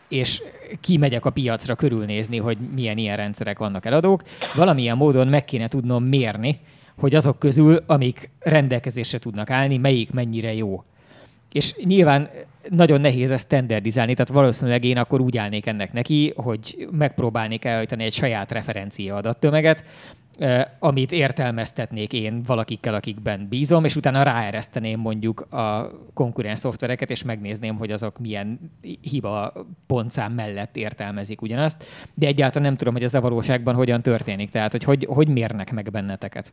és kimegyek a piacra körülnézni, hogy milyen ilyen rendszerek vannak eladók, valamilyen módon meg kéne tudnom mérni, hogy azok közül, amik rendelkezésre tudnak állni, melyik mennyire jó. És nyilván nagyon nehéz ezt standardizálni, tehát valószínűleg én akkor úgy állnék ennek neki, hogy megpróbálnék elhajtani egy saját referencia adattömeget, amit értelmeztetnék én valakikkel, akikben bízom, és utána ráereszteném mondjuk a konkurens szoftvereket, és megnézném, hogy azok milyen hiba pontszám mellett értelmezik ugyanazt. De egyáltalán nem tudom, hogy ez a valóságban hogyan történik. Tehát, hogy hogy, hogy mérnek meg benneteket?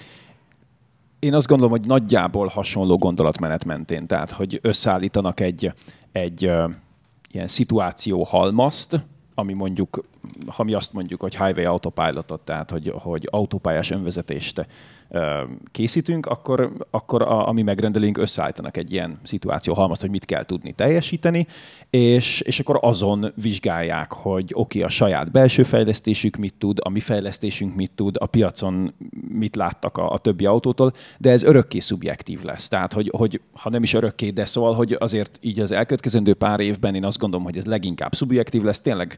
Én azt gondolom, hogy nagyjából hasonló gondolatmenet mentén. Tehát, hogy összeállítanak egy, egy uh, ilyen szituáció halmazt, ami mondjuk, ha mi azt mondjuk, hogy highway autopilotot, tehát hogy, hogy autópályás önvezetést készítünk, akkor, akkor a, a mi megrendelőink összeállítanak egy ilyen szituáció halmazt, hogy mit kell tudni teljesíteni, és, és akkor azon vizsgálják, hogy oké, okay, a saját belső fejlesztésük mit tud, a mi fejlesztésünk mit tud, a piacon mit láttak a, a többi autótól, de ez örökké szubjektív lesz. Tehát, hogy, hogy ha nem is örökké, de szóval, hogy azért így az elkövetkezendő pár évben én azt gondolom, hogy ez leginkább szubjektív lesz, tényleg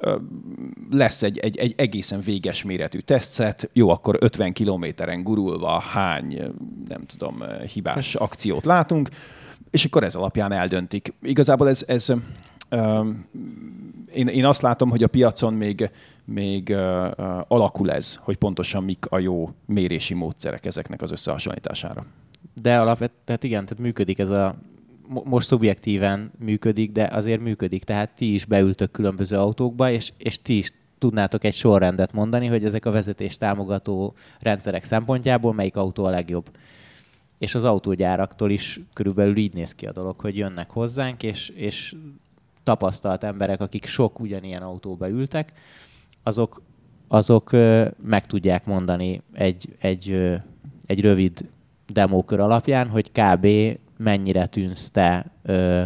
lesz egy, egy, egy egészen véges méretű tesztszet, jó, akkor ötven kilométeren gurulva hány, nem tudom, hibás ez... akciót látunk, és akkor ez alapján eldöntik. Igazából ez, ez uh, én, én azt látom, hogy a piacon még, még uh, alakul ez, hogy pontosan mik a jó mérési módszerek ezeknek az összehasonlítására. De alapvetően, tehát igen, tehát működik ez a most szubjektíven működik, de azért működik. Tehát ti is beültök különböző autókba, és, és ti is tudnátok egy sorrendet mondani, hogy ezek a vezetés támogató rendszerek szempontjából melyik autó a legjobb. És az autógyáraktól is körülbelül így néz ki a dolog, hogy jönnek hozzánk, és, és tapasztalt emberek, akik sok ugyanilyen autóba ültek, azok, azok meg tudják mondani egy, egy, egy rövid demókör alapján, hogy kb. Mennyire tűnsz te, ö,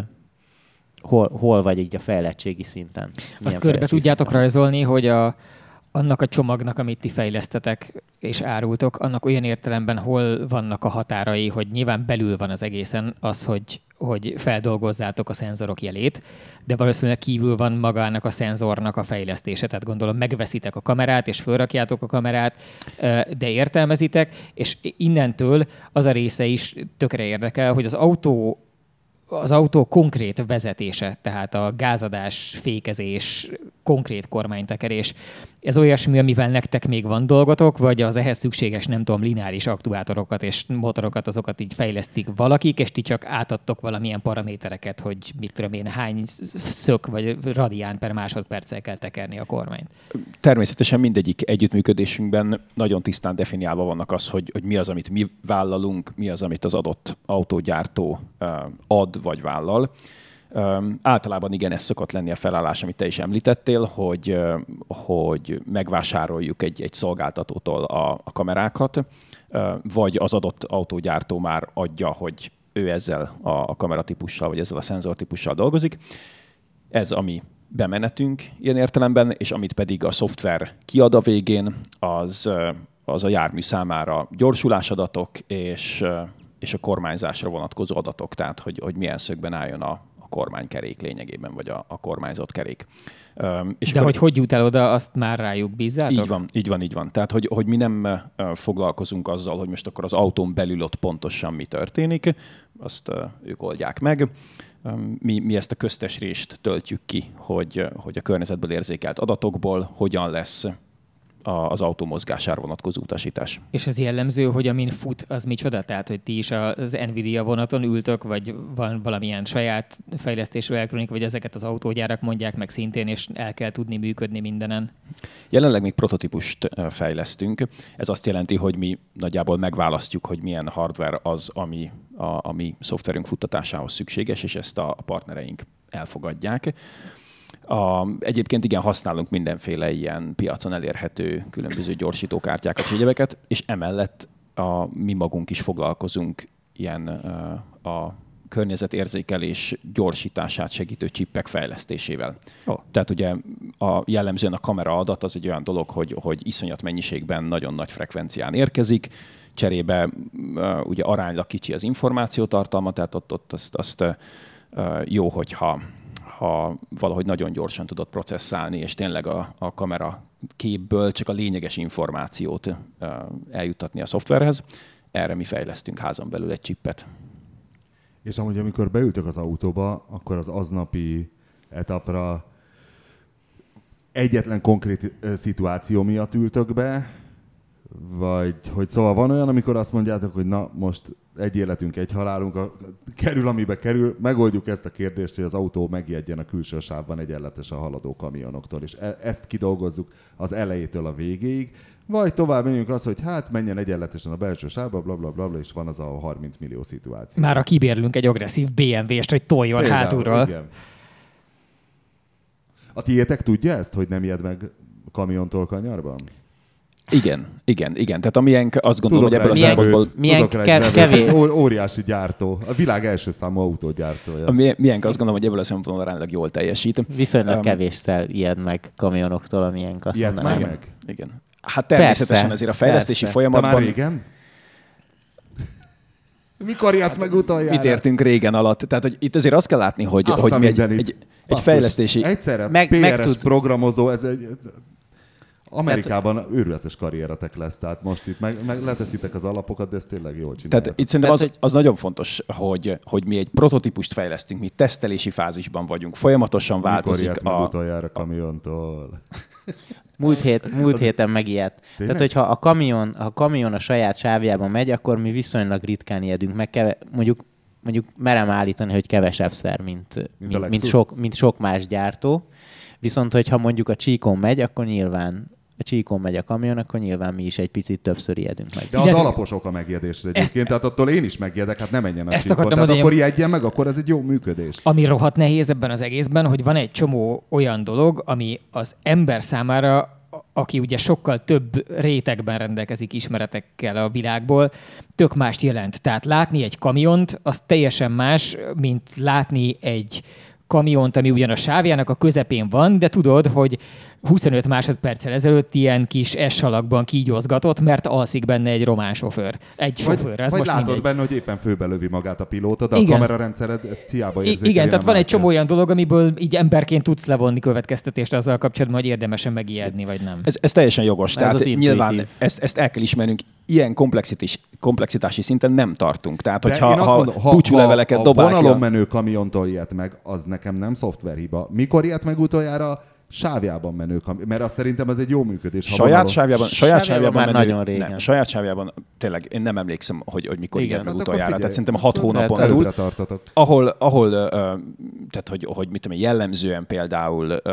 hol, hol vagy így a fejlettségi szinten. Azt körbe tudjátok szinten rajzolni, hogy a, annak a csomagnak, amit ti fejlesztetek és árultok, annak olyan értelemben hol vannak a határai, hogy nyilván belül van az egészen az, hogy, hogy feldolgozzátok a szenzorok jelét, de valószínűleg kívül van magának a szenzornak a fejlesztése. Tehát gondolom megveszitek a kamerát, és fölrakjátok a kamerát, de értelmezitek, és innentől az a része is tökre érdekel, hogy az autó az autó konkrét vezetése, tehát a gázadás, fékezés, konkrét kormánytekerés, ez olyasmi, amivel nektek még van dolgotok, vagy az ehhez szükséges, nem tudom, lineáris aktumátorokat és motorokat, azokat így fejlesztik valakik, és ti csak átadtok valamilyen paramétereket, hogy mit tudom én, hány szög vagy radián per másodperccel kell tekerni a kormányt? Természetesen mindegyik együttműködésünkben nagyon tisztán definiálva vannak az, hogy, hogy mi az, amit mi vállalunk, mi az, amit az adott autógyártó uh, ad vagy vállal. Um, általában igen, ez szokott lenni a felállás, amit te is említettél, hogy, uh, hogy megvásároljuk egy, egy szolgáltatótól a, a kamerákat, uh, vagy az adott autógyártó már adja, hogy ő ezzel a, a kameratípussal, vagy ezzel a szenzortípussal dolgozik. Ez a mi bemenetünk ilyen értelemben, és amit pedig a szoftver kiad a végén, az, uh, az a jármű számára gyorsulásadatok, és, uh, és a kormányzásra vonatkozó adatok, tehát hogy, hogy milyen szögben álljon a kormánykerék lényegében, vagy a, a kormányzott kerék. Um, és De akkor, hogy hogy jut el oda, azt már rájuk bízzátok? Így van, így van, így van. Tehát, hogy, hogy mi nem uh, foglalkozunk azzal, hogy most akkor az autón belül ott pontosan mi történik, azt uh, ők oldják meg. Um, mi, mi ezt a köztes rést töltjük ki, hogy, hogy a környezetből érzékelt adatokból hogyan lesz az autó mozgására vonatkozó utasítás. És ez jellemző, hogy amin fut, az micsoda? Tehát, hogy ti is az Nvidia vonaton ültök, vagy van valamilyen saját fejlesztésű elektronika, vagy ezeket az autógyárak mondják meg szintén, és el kell tudni működni mindenen? Jelenleg még prototípust fejlesztünk. Ez azt jelenti, hogy mi nagyjából megválasztjuk, hogy milyen hardware az, ami a, a mi szoftverünk futtatásához szükséges, és ezt a partnereink elfogadják. A, egyébként igen, használunk mindenféle ilyen piacon elérhető különböző gyorsítókártyákat, egyebeket, és emellett a, mi magunk is foglalkozunk ilyen a, a környezetérzékelés gyorsítását segítő csippek fejlesztésével. Oh. Tehát ugye a, jellemzően a kamera adat az egy olyan dolog, hogy, hogy iszonyat mennyiségben nagyon nagy frekvencián érkezik, cserébe uh, ugye aránylag kicsi az információtartalma, tehát ott, ott azt, azt uh, jó, hogyha ha valahogy nagyon gyorsan tudod processzálni, és tényleg a, a kamera képből csak a lényeges információt uh, eljuttatni a szoftverhez. Erre mi fejlesztünk házon belül egy csippet. És amúgy, amikor beültök az autóba, akkor az aznapi etapra egyetlen konkrét szituáció miatt ültök be, vagy hogy szóval van olyan, amikor azt mondjátok, hogy na most egy életünk, egy halálunk, a, kerül, amibe kerül, megoldjuk ezt a kérdést, hogy az autó megijedjen a külső sávban egyenletesen haladó kamionoktól, és e- ezt kidolgozzuk az elejétől a végéig, vagy tovább menjünk az, hogy hát menjen egyenletesen a belső sávba, blablabla, bla, bla, és van az a harminc millió szituáció. Már a kibérlünk egy agresszív bé em vé-st, hogy toljon Például, hátulról. Igen. A tiétek tudja ezt, hogy nem ijed meg kamiontól kanyarban? Igen, igen, igen. Tehát amilyen azt gondolom, Tudok hogy ebből a szempontból... milyen Tudok kev- kevés. Ó- óriási gyártó. A világ első számú autógyártója. A milyen, milyen azt gondolom, hogy ebből a szempontból aránylag jól teljesít. Viszonylag Um, kevésszer ijed meg kamionoktól, amilyen azt Ilyet mondanám. már meg? Igen. Hát természetesen Persze, ezért a fejlesztési persze. folyamatban... De már régen? Mikor ilyet meg utoljára? Mit értünk régen alatt? Tehát, hogy itt azért azt kell látni, hogy, Azt hogy a mi egy, mindenit. egy, egy Basszus. fejlesztési... Egyszerre Meg- pé er es meg tud- programozó, ez egy... Amerikában tehát, őrületes karrieretek lesz, tehát most itt meg, meg leteszitek az alapokat, de ezt tényleg jól csináljátok. Tehát itt szerintem az, az nagyon fontos, hogy, hogy mi egy prototípust fejlesztünk, mi tesztelési fázisban vagyunk, folyamatosan Mikor változik ilyet meg a... utoljára kamiontól? Múlt, hét, múlt héten megijedt. Tehát, hogyha a kamion, a kamion a saját sávjában megy, akkor mi viszonylag ritkán ijedünk meg. Keve, mondjuk, mondjuk merem állítani, hogy kevesebbszer, mint, mint, mint, mint, sok, mint sok más gyártó. Viszont, hogyha mondjuk a csíkon megy, akkor nyilván a csíkon megy a kamion, akkor nyilván mi is egy picit többször ijedünk meg. De az Illetve- alapos ok a megijedésre egyébként, Ezt- tehát attól én is megijedek, hát ne menjen a Ezt csíkon. akartam Tehát mondani, akkor ijedjen meg, akkor ez egy jó működés. Ami rohadt nehéz ebben az egészben, hogy van egy csomó olyan dolog, ami az ember számára, aki ugye sokkal több rétegben rendelkezik ismeretekkel a világból, tök mást jelent. Tehát látni egy kamiont, az teljesen más, mint látni egy kamiont, ami ugyan a sávjának a közepén van, de tudod, hogy huszonöt másodperccel ezelőtt ilyen kis S-alakban kígyózgatott, mert alszik benne egy román sofőr. Egy Vagy, sofőr, ez vagy most látod mindegy. benne, hogy éppen főbelövi magát a pilóta, de Igen. a kamerarendszered ezt hiába I- érzékeli. Igen, tehát nem van egy látja. csomó olyan dolog, amiből így emberként tudsz levonni következtetést azzal kapcsolatban, hogy érdemesen megijedni, vagy nem. Ez, ez teljesen jogos. Ez Tehát az intuitív. nyilván ezt, ezt el kell ismernünk, ilyen komplexitás, komplexitási szinten nem tartunk. Tehát, De hogyha én azt ha mondom, ha, búcsúleveleket ha a dobál ki vonalon a... menő kamiontól ilyet meg, az nekem nem szoftverhiba. Mikor ilyet meg utoljára? Sávjában menő kamion. Mert azt szerintem ez egy jó működés. Ha Saját vonalon... sávjában, saját Sávjában sávjában már menő, nagyon régen. Nem, saját sávjában tényleg én nem emlékszem, hogy, hogy mikor Igen. ilyet meg Hát akkor utoljára. figyelj. Tehát szerintem a hat hónapon Tehát túl. Előre tartatok. Ahol, ahol uh, tehát hogy, hogy mit tudom, én, jellemzően például uh,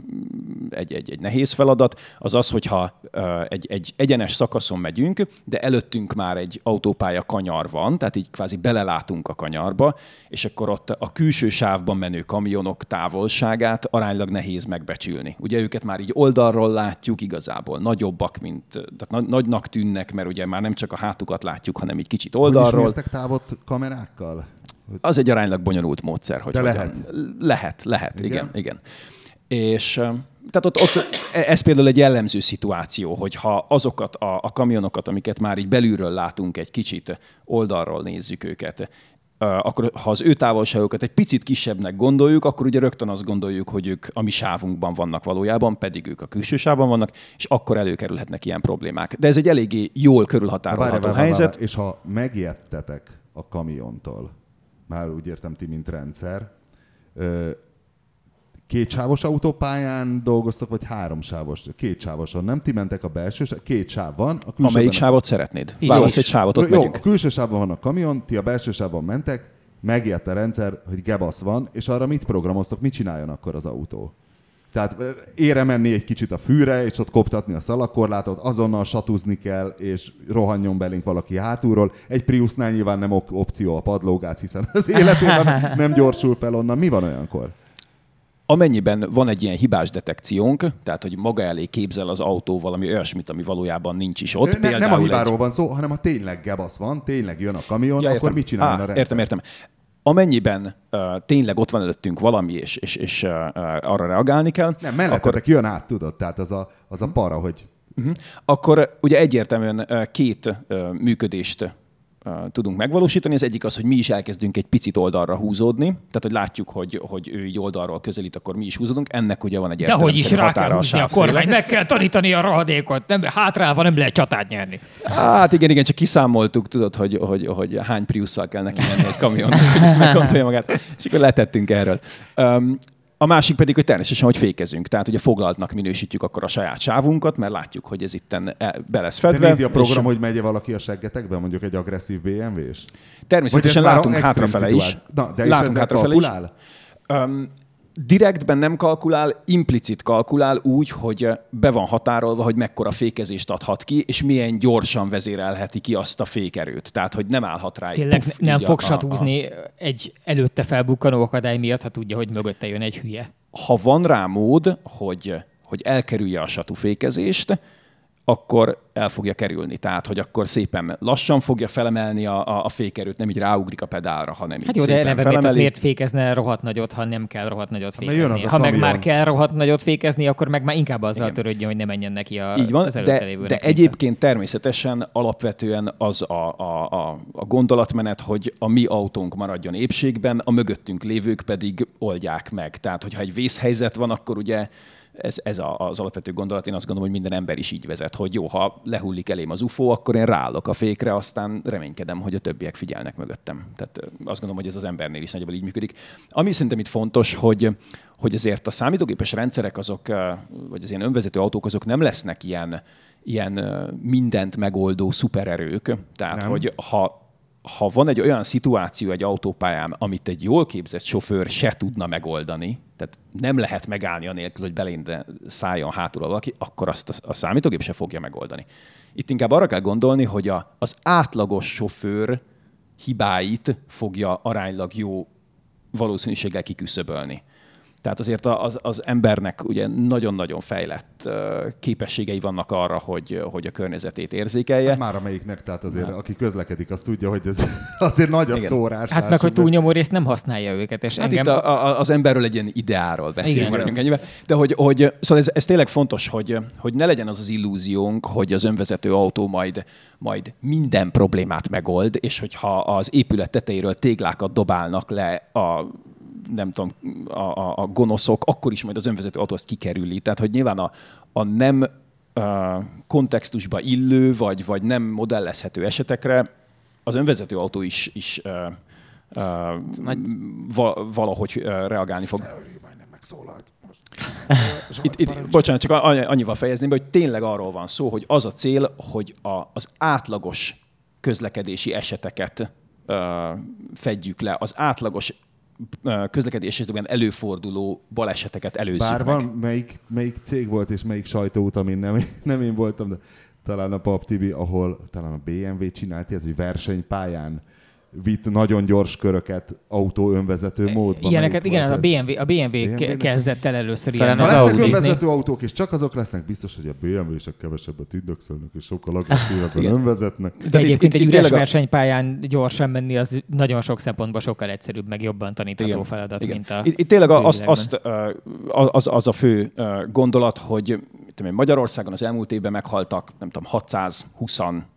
egy, egy, egy nehéz feladat, az az, hogyha uh, egy, egy egyenes szakaszon megyünk, de előttünk már egy autópálya kanyar van, tehát így kvázi belelátunk a kanyarba, és akkor ott a külső sávban menő kamionok távolságát aránylag nehéz megbecsülni. Ugye őket már így oldalról látjuk, igazából nagyobbak, mint, tehát nagy, nagynak tűnnek, mert ugye már nem csak a hátukat látjuk, hanem így kicsit Hogy oldalról. ismertek távot kamerákkal? Az egy aránylag bonyolult módszer. Hogy De hogyan- lehet. Lehet, lehet, igen, Igen? igen. igen. És ö, tehát ott, ott ez például egy jellemző szituáció, hogyha azokat a, a kamionokat, amiket már így belülről látunk, egy kicsit oldalról nézzük őket, ö, akkor ha az ő távolságokat egy picit kisebbnek gondoljuk, akkor ugye rögtön azt gondoljuk, hogy ők a mi sávunkban vannak valójában, pedig ők a külső sávban vannak, és akkor előkerülhetnek ilyen problémák. De ez egy eléggé jól körülhatárolható Várj, várj, várj, helyzet. várj. És ha megijedtetek a kamiontól, már úgy értem ti, mint rendszer, ö, kétsávos autópályán dolgoztok, vagy háromsávos? Kétsávoson, nem? Ti mentek a belső, két sáv van. A külsőben Amelyik sávot szeretnéd? Így Válasz is. egy sávot, ott Jó, megyünk. a külső sávban van a kamion, ti a belső sávban mentek, megijedt a rendszer, hogy gebasz van, és arra mit programoztok, mit csináljon akkor az autó? Tehát ére menni egy kicsit a fűre, és ott koptatni a szalagkorlátot, azonnal satúzni kell, és rohanjon belénk valaki hátulról. Egy Priusnál nyilván nem op- opció a padlógáz, hiszen az életében nem gyorsul fel onnan. Mi van olyankor? Amennyiben van egy ilyen hibás detekciónk, tehát hogy maga elé képzel az autó valami olyasmit, ami valójában nincs is ott. Ne, nem a hibáról egy... van szó, hanem ha tényleg gebasz van, tényleg jön a kamion, Ja, akkor értem. mit csináljon Á, a rendszer? Értem, értem. Amennyiben uh, tényleg ott van előttünk valami, és, és, és uh, arra reagálni kell, Nem, mellettetek akkor, jön át, tudod, tehát az a, az a para, hogy uh-huh, akkor ugye egyértelműen uh, két uh, működést tudunk megvalósítani. Az egyik az, hogy mi is elkezdünk egy picit oldalra húzódni, tehát hogy látjuk, hogy, hogy ő így oldalról közelít, akkor mi is húzódunk. Ennek ugye van egy de hogy is rá kell húzni a kormány, meg kell tanítani a rohadékot, nem, hátrálva nem lehet csatát nyerni. Hát igen, igen, csak kiszámoltuk, tudod, hogy, hogy, hogy hány Priusszal kell neki menni egy kamionnak, hogy ezt megkontolja magát, és akkor letettünk erről. Um, A másik pedig, hogy természetesen, hogy fékezünk. Tehát ugye foglaltnak minősítjük akkor a saját sávunkat, mert látjuk, hogy ez itten be lesz fedve. De nézi a program, hogy megy valaki a seggetekben, mondjuk egy agresszív bé em vé-s? Természetesen látunk hátrafele is. Na, de látunk hátrafele is. Um, direktben nem kalkulál, implicit kalkulál úgy, hogy be van határolva, hogy mekkora fékezést adhat ki, és milyen gyorsan vezérelheti ki azt a fékerőt. Tehát, hogy nem állhat rá. Tényleg puff, nem fog satúzni a... egy előtte felbukkanó akadály miatt, ha tudja, hogy mögötte jön egy hülye. Ha van rá mód, hogy, hogy elkerülje a satúfékezést, akkor el fogja kerülni. Tehát, hogy akkor szépen lassan fogja felemelni a, a, a fékerőt, nem így ráugrik a pedálra, hanem így hát jó, de eleve miért, miért fékezne rohadt nagyot, ha nem kell rohadt nagyot fékezni? Ha meg már kell rohadt nagyot fékezni, akkor meg már inkább azzal igen. törődjön, hogy ne menjen neki a, így van, az előtte lévőnek. De, de egyébként természetesen alapvetően az a, a, a, a gondolatmenet, hogy a mi autónk maradjon épségben, a mögöttünk lévők pedig oldják meg. Tehát, hogyha egy vészhelyzet van, akkor ugye Ez, ez az alapvető gondolat. Én azt gondolom, hogy minden ember is így vezet, hogy jó, ha lehullik elém az ufó, akkor én ráállok a fékre, aztán reménykedem, hogy a többiek figyelnek mögöttem. Tehát azt gondolom, hogy ez az embernél is nagyjából így működik. Ami szerintem itt fontos, hogy, hogy azért a számítógépes rendszerek azok, vagy az ilyen önvezető autók azok nem lesznek ilyen, ilyen mindent megoldó szupererők. Tehát, nem. hogy ha ha van egy olyan szituáció egy autópályán, amit egy jól képzett sofőr se tudna megoldani, tehát nem lehet megállni anélkül, hogy belén szálljon hátul valaki, akkor azt a, a számítógép se fogja megoldani. Itt inkább arra kell gondolni, hogy a, az átlagos sofőr hibáit fogja aránylag jó valószínűséggel kiküszöbölni. Tehát azért az, az embernek ugye nagyon-nagyon fejlett képességei vannak arra, hogy, hogy a környezetét érzékelje. Hát már amelyiknek, tehát azért hát. Aki közlekedik, az tudja, hogy ez azért nagy a igen. szórás. Hát meg, hogy túlnyomó részt nem használja őket. És hát engem... itt a, a, az emberről egy ilyen ideáról beszélünk. De hogy, hogy szóval ez, ez tényleg fontos, hogy, hogy ne legyen az az illúziónk, hogy az önvezető autó majd, majd minden problémát megold, és hogyha az épület tetejéről téglákat dobálnak le a nem tudom, a, a, a gonoszok, akkor is majd az önvezető autó azt kikerüli. Tehát, hogy nyilván a, a nem a kontextusba illő, vagy, vagy nem modellezhető esetekre az önvezető autó is, is uh, uh, val, valahogy uh, reagálni fog. Majdnem megszólalt. Itt, itt, bocsánat, csak annyival fejezném be, hogy tényleg arról van szó, hogy az a cél, hogy a, az átlagos közlekedési eseteket uh, fedjük le, az átlagos közlekedés esetben előforduló baleseteket előzzük Bár meg. van, melyik, melyik cég volt és melyik sajtóút, amin nem, nem én voltam, de talán a Pap té vé, ahol talán a bé em vé csinált ilyet, hogy versenypályán vitt nagyon gyors köröket autó önvezető módban. Ilyeneket, igen, a bé em vé, a bé em vé, bé em vé kezdett el először ilyen. Ha lesznek önvezető autók, és csak azok lesznek, biztos, hogy a bé em vé-sek kevesebbet indexelnek, és sokkal agresszívebben önvezetnek. De egyébként egy üres versenypályán gyorsan menni, az nagyon sok szempontból sokkal egyszerűbb, meg jobban tanítható feladat, igen. mint a... Itt, itt tényleg azt, azt, az, az a fő gondolat, hogy Magyarországon az elmúlt évben meghaltak, nem tudom, hatszázhúsz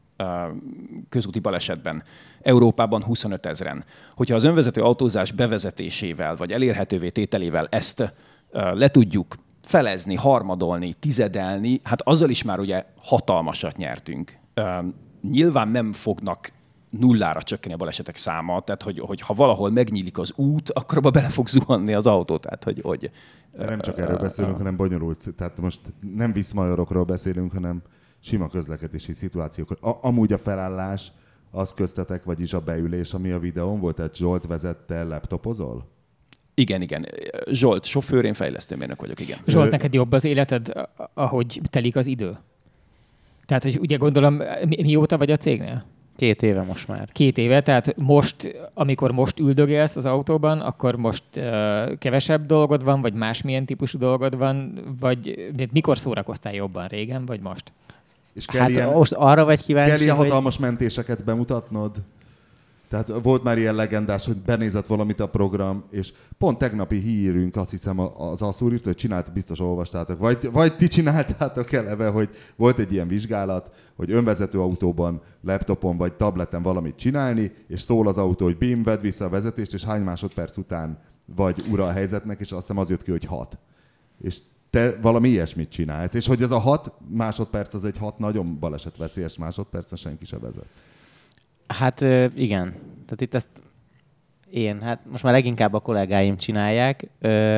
közúti balesetben. Európában huszonöt ezren. Hogyha az önvezető autózás bevezetésével, vagy elérhetővé tételével ezt uh, le tudjuk felezni, harmadolni, tizedelni, hát azzal is már ugye hatalmasat nyertünk. Uh, nyilván nem fognak nullára csökkenni a balesetek száma, tehát hogy, hogy ha valahol megnyílik az út, akkor abba bele fog zuhanni az autó. Tehát, hogy, hogy, De nem csak erről beszélünk, uh, hanem bonyolult. Tehát most nem viszmajorokról beszélünk, hanem sima közlekedési szituációkról. A, amúgy a felállás, az köztetek, vagyis a beülés, ami a videón volt, tehát Zsolt vezette, laptopozol? Igen, igen. Zsolt, sofőr, én fejlesztőmérnök vagyok, igen. Zsolt, neked jobb az életed, ahogy telik az idő? Tehát, hogy ugye gondolom, mi, mióta vagy a cégnél? Két éve most már. Két éve, tehát most, amikor most üldögélsz az autóban, akkor most uh, kevesebb dolgod van, vagy másmilyen típusú dolgod van, vagy mikor szórakoztál jobban, régen, vagy most? És kell hát ilyen, most arra vagy kíváncsi, kell ilyen hogy... hatalmas mentéseket bemutatnod? Tehát volt már ilyen legendás, hogy benézett valamit a program, és pont tegnapi hírünk, azt hiszem az Asszúr írt, hogy csinálta, biztos olvastátok, vagy, vagy ti csináltátok eleve, hogy volt egy ilyen vizsgálat, hogy önvezető autóban, laptopon vagy tableten valamit csinálni, és szól az autó, hogy bim, vedd vissza a vezetést, és hány másodperc után vagy ura a helyzetnek, és azt hiszem az jött ki, hogy hat. És te valami ilyesmit csinálsz, és hogy ez a hat másodperc, az egy hat nagyon balesetveszélyes másodperc, senki se vezet. Hát igen. Tehát itt ezt én, hát most már leginkább a kollégáim csinálják,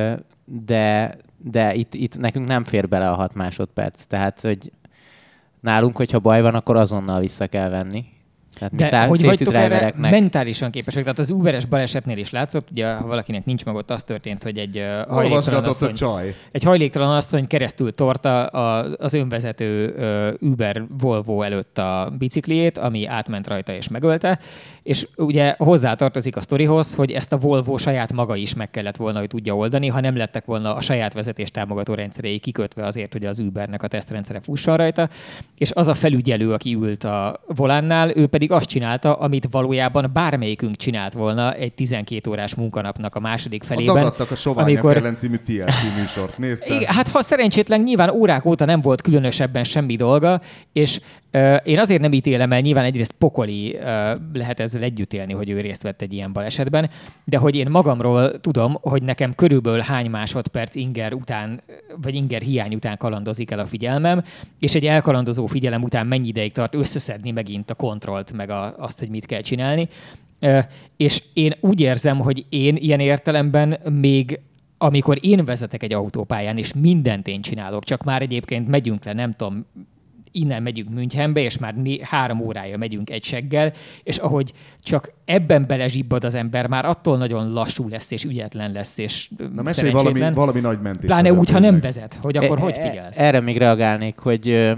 de, de itt, itt nekünk nem fér bele a hat másodperc. Tehát, hogy nálunk, hogyha baj van, akkor azonnal vissza kell venni. Tehát mi de szá- hogy vagytok drivereknek... erre mentálisan képesek? Tehát az Uberes balesetnél is látszott, ugye ha valakinek nincs meg ott, az történt, hogy egy uh, hajléktalan asszony, csaj. egy hajléktalan asszony keresztül torta a, az önvezető uh, Uber Volvo előtt a bicikliét, ami átment rajta és megölte, és ugye hozzátartozik a sztorihoz, hogy ezt a Volvo saját maga is meg kellett volna, hogy tudja oldani, ha nem lettek volna a saját vezetés támogató rendszerei kikötve azért, hogy az Ubernek a tesztrendszere fusson rajta, és az a felügyelő, aki ült a volánnál, ő pedig azt csinálta, amit valójában bármelyikünk csinált volna egy tizenkét órás munkanapnak a második felében. A dagadtak a Soványok amikor... ellen című té el cé műsort, néztem? Igen, hát ha szerencsétlen nyilván órák óta nem volt különösebben semmi dolga, és uh, én azért nem ítélem el, nyilván egyrészt pokoli uh, lehet ezzel együtt élni, hogy ő részt vett egy ilyen balesetben, de hogy én magamról tudom, hogy nekem körülbelül hány másodperc inger után, vagy inger hiány után kalandozik el a figyelmem, és egy elkalandozó figyelem után mennyi ideig tart összeszedni megint a kontrollt, meg a, azt, hogy mit kell csinálni. Uh, és én úgy érzem, hogy én ilyen értelemben még amikor én vezetek egy autópályán, és mindent én csinálok, csak már egyébként megyünk le, nem tudom, innen megyünk Münchenbe, és már né- három órája megyünk egy seggel, és ahogy csak ebben belezsibbad az ember, már attól nagyon lassú lesz, és ügyetlen lesz, és na mesélj valami, valami nagy mentés. Pláne úgy, ha nem vezet, hogy akkor e- hogy figyelsz? Erre még reagálnék, hogy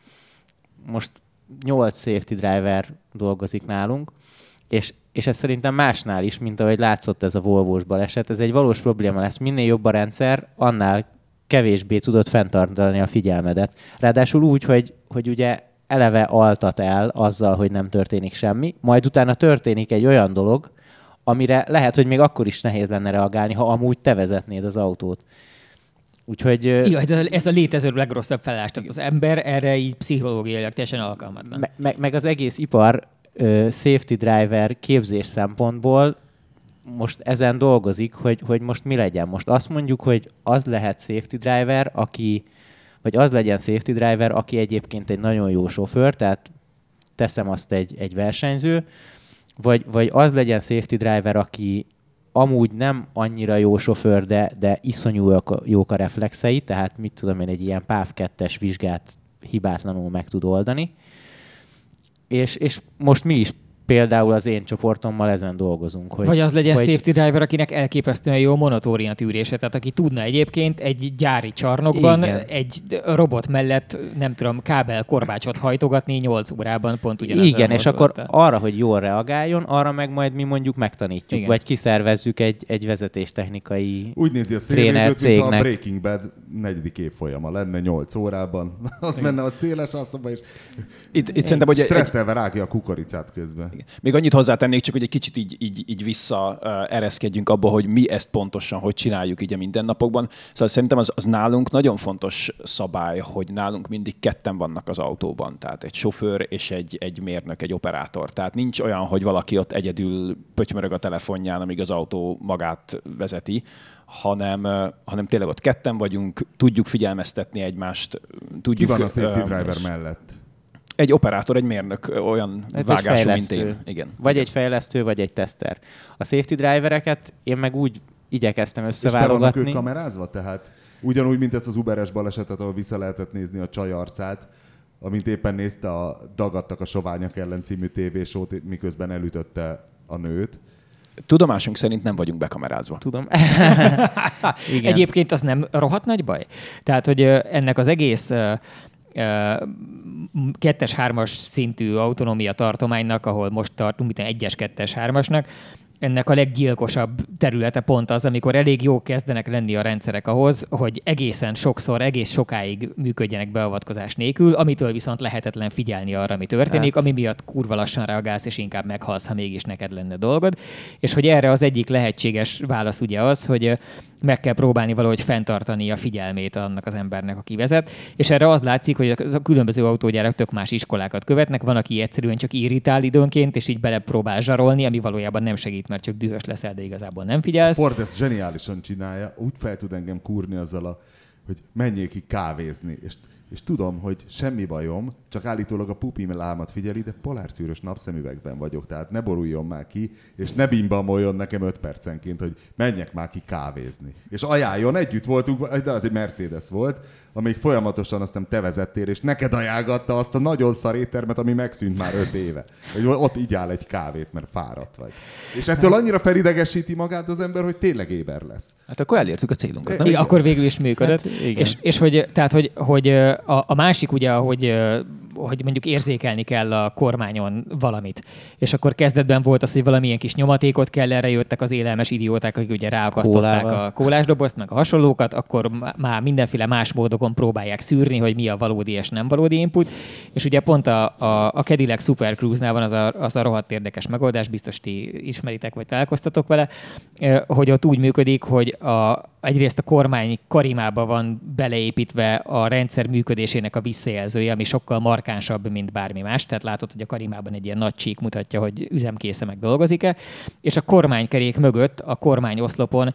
most nyolc safety driver dolgozik nálunk, és és ez szerintem másnál is, mint ahogy látszott ez a Volvós baleset, ez egy valós probléma lesz. Minél jobb a rendszer, annál kevésbé tudod fenntartani a figyelmedet. Ráadásul úgy, hogy, hogy ugye eleve altat el azzal, hogy nem történik semmi, majd utána történik egy olyan dolog, amire lehet, hogy még akkor is nehéz lenne reagálni, ha amúgy te vezetnéd az autót. Úgyhogy... Igen, ez a, ez a létező legrosszabb felállás. Tehát az ember erre így pszichológiailag teljesen alkalmatlan. Me, me, meg az egész ipar safety driver képzés szempontból most ezen dolgozik, hogy, hogy most mi legyen. Most azt mondjuk, hogy az lehet safety driver, aki, vagy az legyen safety driver, aki egyébként egy nagyon jó sofőr, tehát teszem azt egy, egy versenyző, vagy, vagy az legyen safety driver, aki amúgy nem annyira jó sofőr, de, de iszonyú jók a reflexei, tehát mit tudom én, egy ilyen páv kettes vizsgát hibátlanul meg tud oldani. És, és most mi is például az én csoportommal ezen dolgozunk. Hogy, vagy az legyen hogy... safety driver, akinek elképesztően jó monotória tűrése, tehát aki tudna egyébként egy gyári csarnokban igen. egy robot mellett, nem tudom, kábel korbácsot hajtogatni nyolc órában pont ugyanazon. Igen, és akkor arra, hogy jól reagáljon, arra meg majd mi mondjuk megtanítjuk, igen. vagy kiszervezzük egy, egy vezetéstechnikai úgy nézi a szélvédőt, mint a Breaking Bad negyedik évfolyama lenne nyolc órában. Az igen. menne a széles asszonyba, és itt, itt szerintem, hogy stresszelve rágja a kukoricát közben. Még annyit hozzátennék, csak hogy egy kicsit így, így, így vissza ereszkedjünk abba, hogy mi ezt pontosan, hogy csináljuk így a mindennapokban. Szóval szerintem az, az nálunk nagyon fontos szabály, hogy nálunk mindig ketten vannak az autóban. Tehát egy sofőr és egy, egy mérnök, egy operátor. Tehát nincs olyan, hogy valaki ott egyedül pötymörög a telefonján, amíg az autó magát vezeti, hanem, hanem tényleg ott ketten vagyunk, tudjuk figyelmeztetni egymást. Tudjuk, ki van a safety driver mellett? Egy operátor, egy mérnök olyan hát vágású, mint én. Igen. Vagy Igen. egy fejlesztő, vagy egy teszter. A safety drivereket én meg úgy igyekeztem összeválogatni. És be vannak ők kamerázva? Tehát ugyanúgy, mint ezt az Uberes balesetet, ahol vissza lehetett nézni a csaj arcát, amint éppen nézte a Dagadtak a Soványok ellen című tévésót, miközben elütötte a nőt. Tudomásunk szerint nem vagyunk bekamerázva. Tudom. Igen. Egyébként az nem rohadt nagy baj. Tehát, hogy ennek az egész kettes-hármas szintű autonómia tartománynak, ahol most tartunk, mint egyes, kettes, hármasnak, ennek a leggyilkosabb területe pont az, amikor elég jó kezdenek lenni a rendszerek ahhoz, hogy egészen sokszor, egész sokáig működjenek beavatkozás nélkül, amitől viszont lehetetlen figyelni arra, ami történik, hát. ami miatt kurva lassan reagálsz, és inkább meghalsz, ha mégis neked lenne dolgod. És hogy erre az egyik lehetséges válasz ugye az, hogy meg kell próbálni valahogy fenntartani a figyelmét annak az embernek, aki vezet. És erre az látszik, hogy a különböző autógyárak tök más iskolákat követnek. Van, aki egyszerűen csak irritál időnként, és így belepróbál zsarolni, ami valójában nem segít, mert csak dühös leszel, de igazából nem figyelsz. Ford ezt zseniálisan csinálja, úgy fel tud engem kúrni azzal, a, hogy menjél ki kávézni. És, és tudom, hogy semmi bajom, csak állítólag a pupim lámat figyeli, de polárszűrös napszemüvegben vagyok, tehát ne boruljon már ki, és ne bimbamoljon nekem öt percenként, hogy menjek már ki kávézni. És ajánljon, együtt voltunk, de az egy Mercedes volt, amelyik folyamatosan azt hiszem te vezettél, és neked ajánlgatta azt a nagyon szar éttermet, ami megszűnt már öt éve. Hogy ott így áll egy kávét, mert fáradt vagy. És ettől annyira felidegesíti magát az ember, hogy tényleg éber lesz. Hát akkor elértük a célunkat. Nem? Akkor végül is működött. Hát, és, és hogy, tehát, hogy, hogy a, a másik ugye, hogy hogy mondjuk érzékelni kell a kormányon valamit. És akkor kezdetben volt az, hogy valamilyen kis nyomatékot kell, erre jöttek az élelmes idióták, akik ugye ráakasztották Kólával. a kólásdobozt, meg a hasonlókat, akkor már mindenféle más módokon próbálják szűrni, hogy mi a valódi és nem valódi input. És ugye pont a, a, a Cadillac Super Cruise-nál van az a, az a rohadt érdekes megoldás, biztos ti ismeritek, vagy találkoztatok vele, hogy ott úgy működik, hogy a, egyrészt a kormány karimába van beleépítve a rendszer működésének a visszajelzője, ami sokkal markánsabb, mint bármi más. Tehát látod, hogy a karimában egy ilyen nagy csík mutatja, hogy üzemkésze meg dolgozik-e. És a kormánykerék mögött, a kormányoszlopon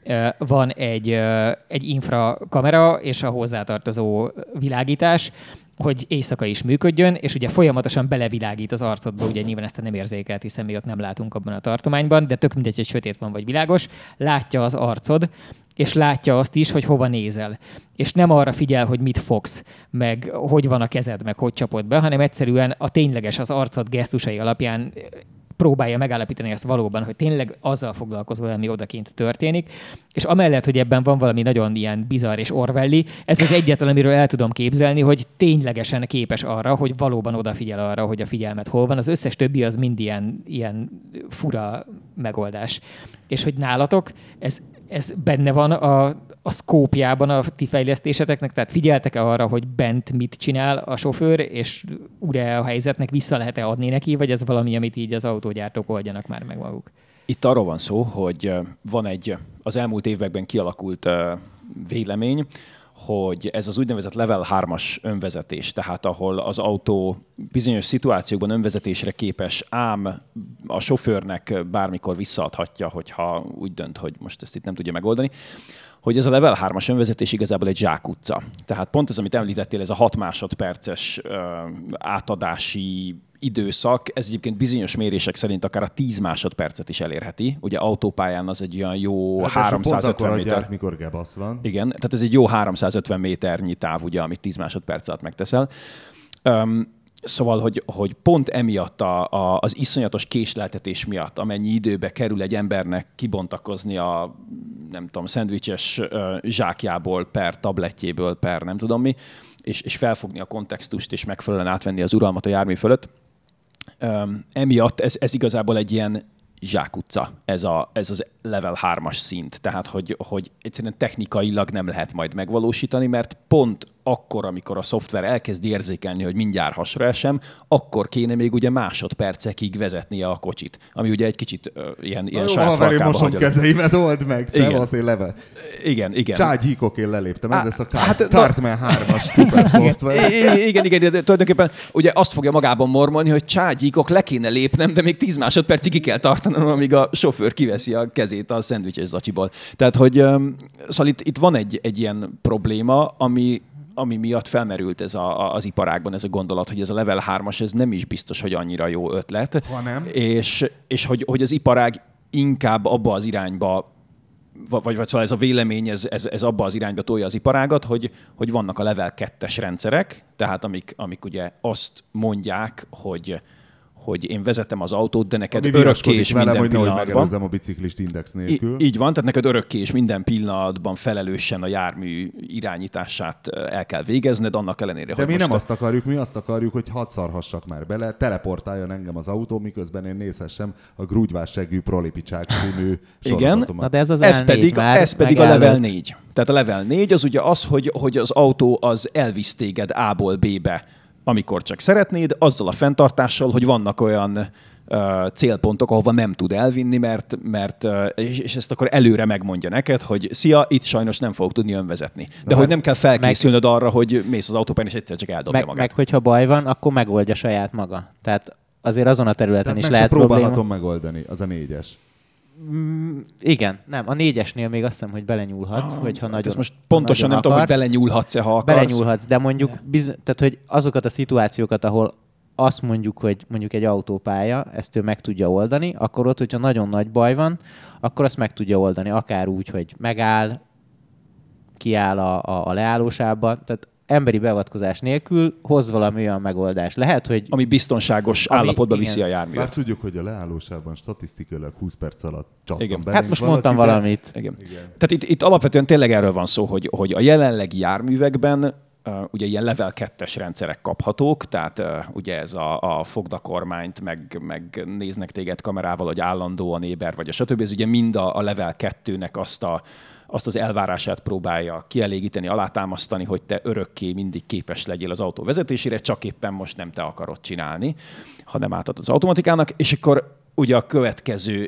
van egy, egy infrakamera és a hozzátartozó világítás, hogy éjszaka is működjön, és ugye folyamatosan belevilágít az arcodba, ugye nyilván ezt nem érzékelt, hiszen mi ott nem látunk abban a tartományban, de tök mindegy, hogy sötét van vagy világos, látja az arcod, és látja azt is, hogy hova nézel. És nem arra figyel, hogy mit fogsz, meg hogy van a kezed, meg hogy csapod be, hanem egyszerűen a tényleges, az arcod gesztusai alapján próbálja megállapítani ezt valóban, hogy tényleg azzal foglalkozol, ami odakint történik. És amellett, hogy ebben van valami nagyon ilyen bizarr és orwelli, ez az egyetlen, amiről el tudom képzelni, hogy ténylegesen képes arra, hogy valóban odafigyel arra, hogy a figyelmet hol van. Az összes többi az mind ilyen, ilyen fura megoldás. És hogy nálatok ez, ez benne van a, a szkópjában a ti fejlesztéseteknek, tehát figyeltek-e arra, hogy bent mit csinál a sofőr, és ure a helyzetnek vissza lehet-e adni neki, vagy ez valami, amit így az autógyártók oldjanak már meg maguk? Itt arról van szó, hogy van egy az elmúlt években kialakult vélemény, hogy ez az úgynevezett level hármas önvezetés, tehát ahol az autó bizonyos szituációkban önvezetésre képes, ám a sofőrnek bármikor visszaadhatja, hogyha úgy dönt, hogy most ezt itt nem tudja megoldani, hogy ez a level hármas önvezetés igazából egy zsákutca. Tehát pont az, amit említettél, ez a hat másodperces uh, átadási időszak, ez egyébként bizonyos mérések szerint akár a tíz másodpercet is elérheti. Ugye autópályán az egy olyan jó hát háromszázötven méter. Adják, mikor gebasz van. Igen, tehát ez egy jó háromszázötven méternyi táv, ugye, amit tíz másodperc alatt megteszel. Um, Szóval, hogy, hogy pont emiatt a, a, az iszonyatos késleltetés miatt, amennyi időbe kerül egy embernek kibontakozni a, nem tudom, szendvicses uh, zsákjából, per tabletjéből, per nem tudom mi, és, és felfogni a kontextust, és megfelelően átvenni az uralmat a jármű fölött. Um, emiatt ez, ez igazából egy ilyen zsákutca, ez, a, ez az level hármas szint. Tehát, hogy, hogy egyszerűen technikailag nem lehet majd megvalósítani, mert pont akkor, amikor a szoftver elkezd érzékelni, hogy mindjárt hasra esem, akkor kéne még ugye másodpercekig vezetnie a kocsit. Ami ugye egy kicsit uh, ilyen, ilyen saját farkába hagyom. Mosom hagyom. kezeimet, old meg, szevasz, én leve. Igen, igen. Cságyhíkok, én leléptem, ez lesz a hát, Cartman hármas szuper szoftver. Igen, igen, de tulajdonképpen ugye azt fogja magában mormolni, hogy cságyíkok, le kéne lépnem, de még tíz másodpercig ki kell tartanom, amíg a sofőr kiveszi a kezét a szendvicses zacsiból. Tehát, hogy um, szóval itt, itt van egy, egy ilyen probléma, ami ami miatt felmerült ez a, az iparágban ez a gondolat, hogy ez a level hármas, ez nem is biztos, hogy annyira jó ötlet. Ha nem. És, és hogy, hogy az iparág inkább abba az irányba, vagy, vagy szóval ez a vélemény, ez, ez, ez abba az irányba tolja az iparágat, hogy, hogy vannak a level kettes rendszerek, tehát amik, amik ugye azt mondják, hogy, hogy én vezetem az autót, de neked Ami örökké és velem, minden hogy pillanatban. Hogy megelőzzem a biciklist index nélkül. I- így van, tehát neked örökké és minden pillanatban felelősen a jármű irányítását el kell végezned, annak ellenére, De hogy mi most nem te... azt akarjuk, mi azt akarjuk, hogy hadd szarhassak már bele, teleportáljon engem az autó, miközben én nézhessem a Grúgyvás seggű prolipicsák című sorozatomat. Na de ez az Ez L négy pedig, már ez pedig a megállott. level négy. Tehát a level négy az ugye az, hogy, hogy az autó az elvisz téged A-ból B-be, amikor csak szeretnéd, azzal a fenntartással, hogy vannak olyan uh, célpontok, ahova nem tud elvinni, mert, mert uh, és, és ezt akkor előre megmondja neked, hogy szia, itt sajnos nem fogok tudni önvezetni. De Na, hogy nem kell felkészülnöd meg, arra, hogy mész az autópályán, és egyszer csak eldobja meg, magát. meg hogyha baj van, akkor megoldja saját maga. Tehát azért azon a területen Tehát is meg lehet se próbálhatom probléma. megoldani, az a négyes. Mm, igen, nem. A négyesnél még azt hiszem, hogy belenyúlhatsz, Ah, hogyha hát nagyon ezt most pontosan nem tudom, hogy belenyúlhatsz-e, ha akarsz. Belenyúlhatsz, de mondjuk, bizony, tehát, hogy azokat a szituációkat, ahol azt mondjuk, hogy mondjuk egy autópálya, ezt ő meg tudja oldani, akkor ott, hogyha nagyon nagy baj van, akkor azt meg tudja oldani, akár úgy, hogy megáll, kiáll a, a, a leállósában, tehát emberi beavatkozás nélkül hoz valami olyan megoldás. Lehet, hogy... Ami biztonságos Ami- állapotba igen. viszi a Bár járművet. tudjuk, hogy a leállósában statisztikailag húsz perc alatt csattam Igen. belénk Hát most valaki, mondtam de- valamit. Igen. Igen. Tehát itt, itt alapvetően tényleg erről van szó, hogy, hogy a jelenlegi járművekben uh, ugye ilyen level kettes rendszerek kaphatók, tehát uh, ugye ez a, a fogd a kormányt, meg, meg néznek téged kamerával, hogy állandóan éber vagy a stb. Ez ugye mind a, a level kettőnek azt a azt az elvárását próbálja kielégíteni, alátámasztani, hogy te örökké mindig képes legyél az autó vezetésére, csak éppen most nem te akarod csinálni, hanem átad az automatikának, és akkor ugye a következő,